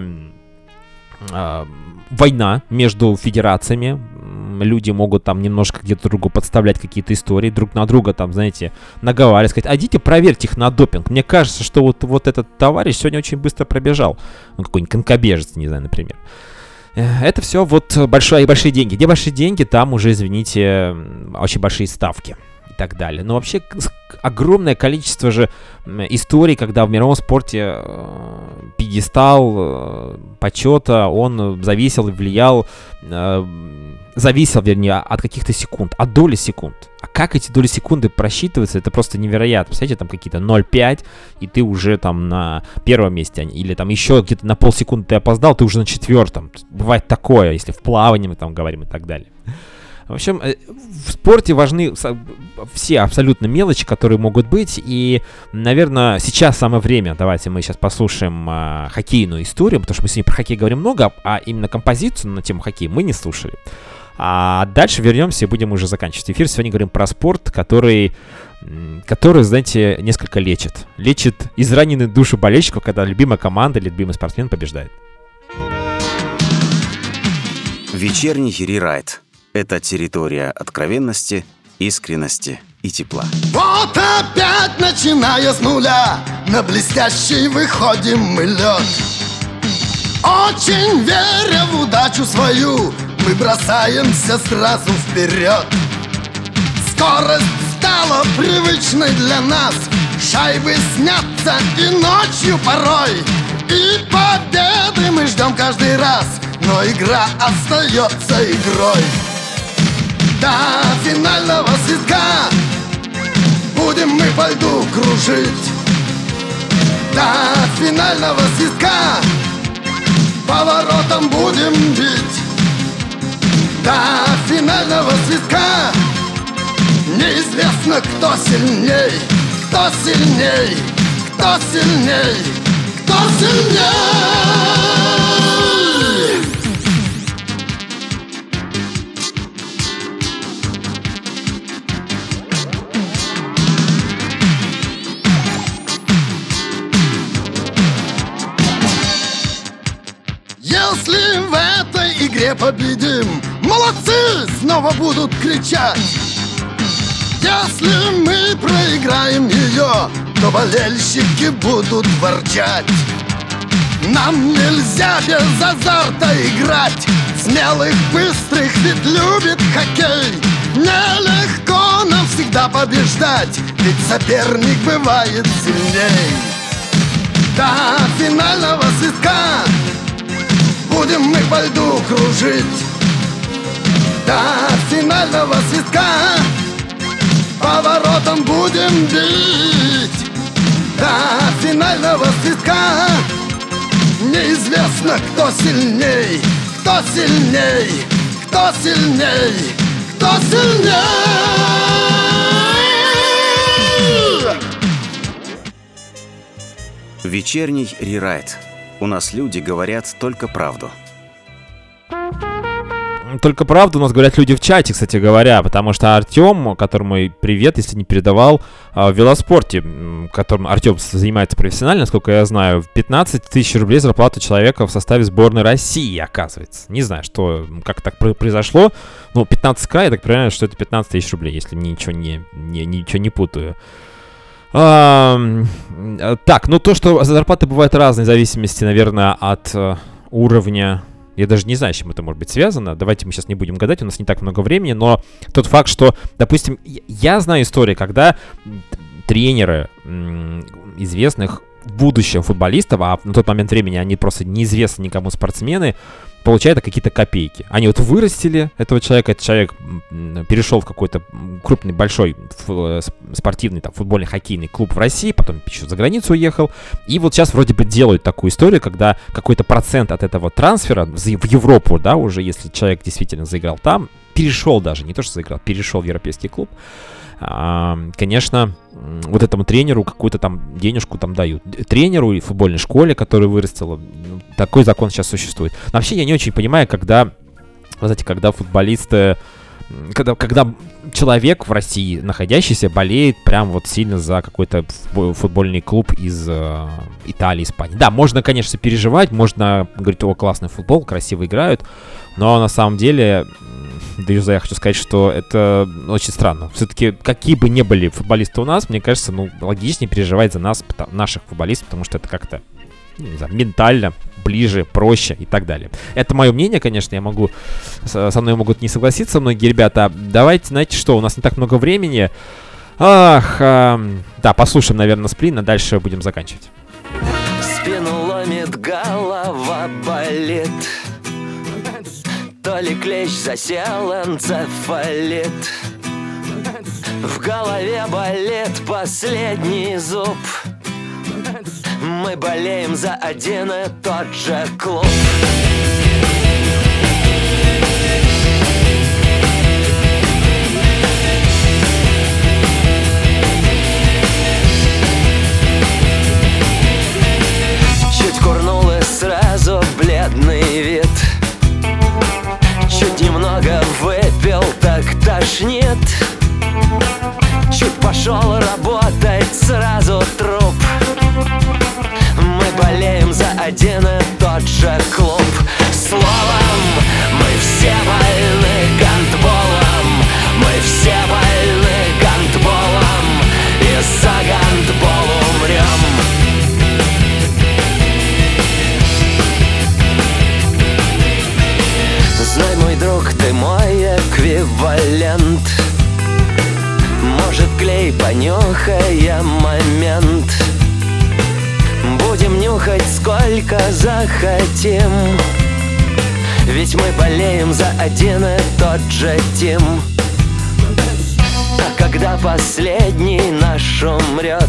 э, война между федерациями. Люди могут там немножко где-то друг другу подставлять какие-то истории, друг на друга там, знаете, наговаривать, сказать, а идите проверьте их на допинг. Мне кажется, что вот, вот этот товарищ сегодня очень быстро пробежал. Ну, какой-нибудь конькобежец, не знаю, например. Это все вот большие, большие деньги. Где большие деньги, там уже, извините, очень большие ставки и так далее. Но вообще огромное количество же историй, когда в мировом спорте пьедестал почета, он зависел и влиял... Зависел, вернее, от каких-то секунд, от доли секунд. А как эти доли секунды просчитываются, это просто невероятно. Представляете, там какие-то ноль целых пять, и ты уже там на первом месте, или там еще где-то на полсекунды ты опоздал, ты уже на четвертом. Бывает такое, если в плавании мы там говорим и так далее. В общем, в спорте важны все абсолютно мелочи, которые могут быть, и, наверное, сейчас самое время, давайте мы сейчас послушаем а, хоккейную историю, потому что мы сегодня про хоккей говорим много, а именно композицию на тему хоккея мы не слушали. А дальше вернемся и будем уже заканчивать эфир. Сегодня говорим про спорт, который, который, знаете, несколько лечит. Лечит израненные души болельщиков, когда любимая команда или любимый спортсмен побеждает. Вечерний рерайт. Это территория откровенности, искренности и тепла. Вот опять, начиная с нуля, на блестящий выходим мы лед. Очень веря в удачу свою, мы бросаемся сразу вперед. Скорость стала привычной для нас, шайбы снятся и ночью порой. И победы мы ждем каждый раз, но игра остается игрой. До финального свистка будем мы по льду кружить. До финального свистка поворотом будем бить. До финального свистка неизвестно, кто сильней, кто сильней, кто сильней, кто сильней. Если в этой игре победим, молодцы снова будут кричать. Если мы проиграем ее, то болельщики будут ворчать. Нам нельзя без азарта играть, смелых, быстрых ведь любит хоккей. Нелегко нам всегда побеждать, ведь соперник бывает сильней. До финального свистка будем мы по льду кружить. До финального свистка поворотом будем бить. До финального свистка неизвестно, кто сильней, кто сильней, кто сильней, кто сильней. Вечерний рерайт. У нас люди говорят только правду. только правду у нас говорят люди в чате, кстати говоря, потому что Артем, которому привет, если не передавал, в велоспорте, которым Артем занимается профессионально, насколько я знаю, пятнадцать тысяч рублей зарплата человека в составе сборной России, оказывается. Не знаю, что, как так произошло. Ну, пятнадцать тысяч, я так понимаю, что это пятнадцать тысяч рублей, если ничего не, не, ничего не путаю. А, так, ну то, что зарплаты бывают разные в зависимости, наверное, от uh, уровня. Я даже не знаю, с чем это может быть связано. Давайте мы сейчас не будем гадать, у нас не так много времени. Но тот факт, что, допустим, я знаю истории, когда тренеры м- известных в будущем футболистов, а на тот момент времени они просто неизвестны никому спортсмены, получают какие-то копейки. Они вот вырастили этого человека, этот человек перешел в какой-то крупный, большой спортивный, там, футбольный, хоккейный клуб в России, потом еще за границу уехал, и вот сейчас вроде бы делают такую историю, когда какой-то процент от этого трансфера в Европу, да, уже если человек действительно заиграл там, перешел даже, не то что заиграл, перешел в европейский клуб, конечно, вот этому тренеру какую-то там денежку там дают. Тренеру и футбольной школе, которая вырастила. Такой закон сейчас существует. Но вообще я не очень понимаю, когда, вы знаете, когда футболисты, когда, когда человек в России, находящийся, болеет прям вот сильно за какой-то футбольный клуб из э, Италии, Испании. Да, можно, конечно, переживать, можно говорить, о, классный футбол, красиво играют, но на самом деле, да, я хочу сказать, что это очень странно. Все-таки, какие бы ни были футболисты у нас, мне кажется, ну, логичнее переживать за нас, наших футболистов, потому что это как-то, не знаю, ментально ближе, проще и так далее. Это мое мнение, конечно, я могу, со мной могут не согласиться многие ребята. Давайте, знаете что, у нас не так много времени. Ах, а, да, послушаем, наверное, Сплин, а дальше будем заканчивать. Спину ломит, голова болит, то ли клещ засел, энцефалит. В голове болит последний зуб. Мы болеем за один и тот же клуб. Чуть курнул и сразу бледный вид. Чуть немного выпил, так тошнит. Чуть пошел работать, сразу труп. Мы болеем за один и тот же клуб. Словом, мы все больны гандболом. Мы все больны гандболом. И за гандбол умрем. Знай, мой друг, ты мой эквивалент. Может, клей, понюхаем момент. Будем нюхать сколько захотим. Ведь мы болеем за один и тот же тим. А когда последний наш умрет,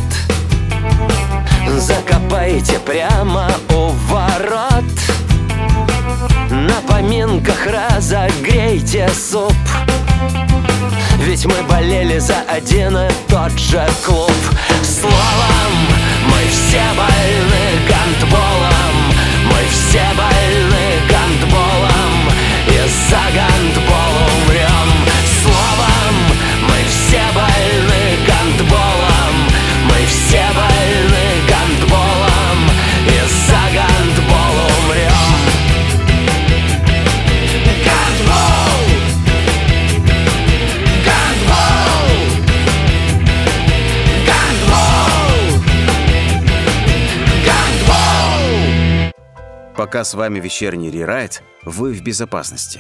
закопайте прямо у ворот. На поминках разогрейте суп. Ведь мы болели за один и тот же клуб. Словом, мы все больны гандболом. Мы все больны гандболом. И за гандбол умрем. Словом, мы все больны гандболом. Мы все больны гандболом. И за гандбол умрем. Гандбол! Пока с вами вечерний рерайт, вы в безопасности.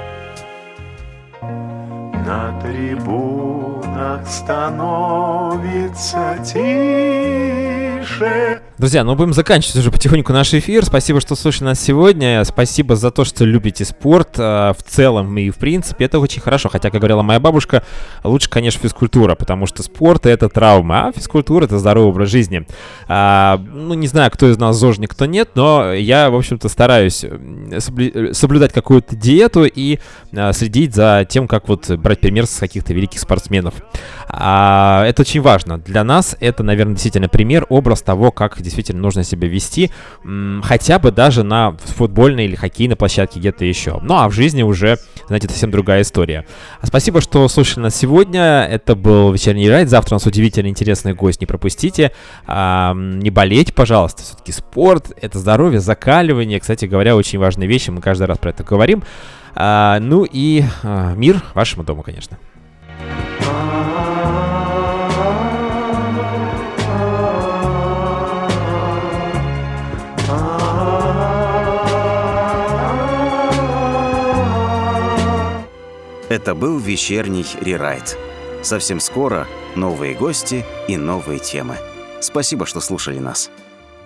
На трибунах становится тише. Друзья, ну будем заканчивать уже потихоньку наш эфир. Спасибо, что слушали нас сегодня. Спасибо за то, что любите спорт э, в целом и в принципе. Это очень хорошо. Хотя, как говорила моя бабушка, лучше, конечно, физкультура, потому что спорт — это травма, а физкультура — это здоровый образ жизни. А, ну, не знаю, кто из нас зожник, кто нет, но я, в общем-то, стараюсь соблю- соблюдать какую-то диету и а, следить за тем, как вот брать пример с каких-то великих спортсменов. А, это очень важно. Для нас это, наверное, действительно пример, образ того, как действительно нужно себя вести, м, хотя бы даже на футбольной или хоккейной площадке где-то еще. Ну, а в жизни уже, знаете, совсем другая история. Спасибо, что слушали нас сегодня. Это был «Вечерний райд». Завтра у нас удивительно интересный гость, не пропустите. А, не болейте, пожалуйста. Все-таки спорт — это здоровье, закаливание. Кстати говоря, очень важные вещи, мы каждый раз про это говорим. А, ну и а, мир вашему дому, конечно. Это был вечерний рерайт. Совсем скоро новые гости и новые темы. Спасибо, что слушали нас.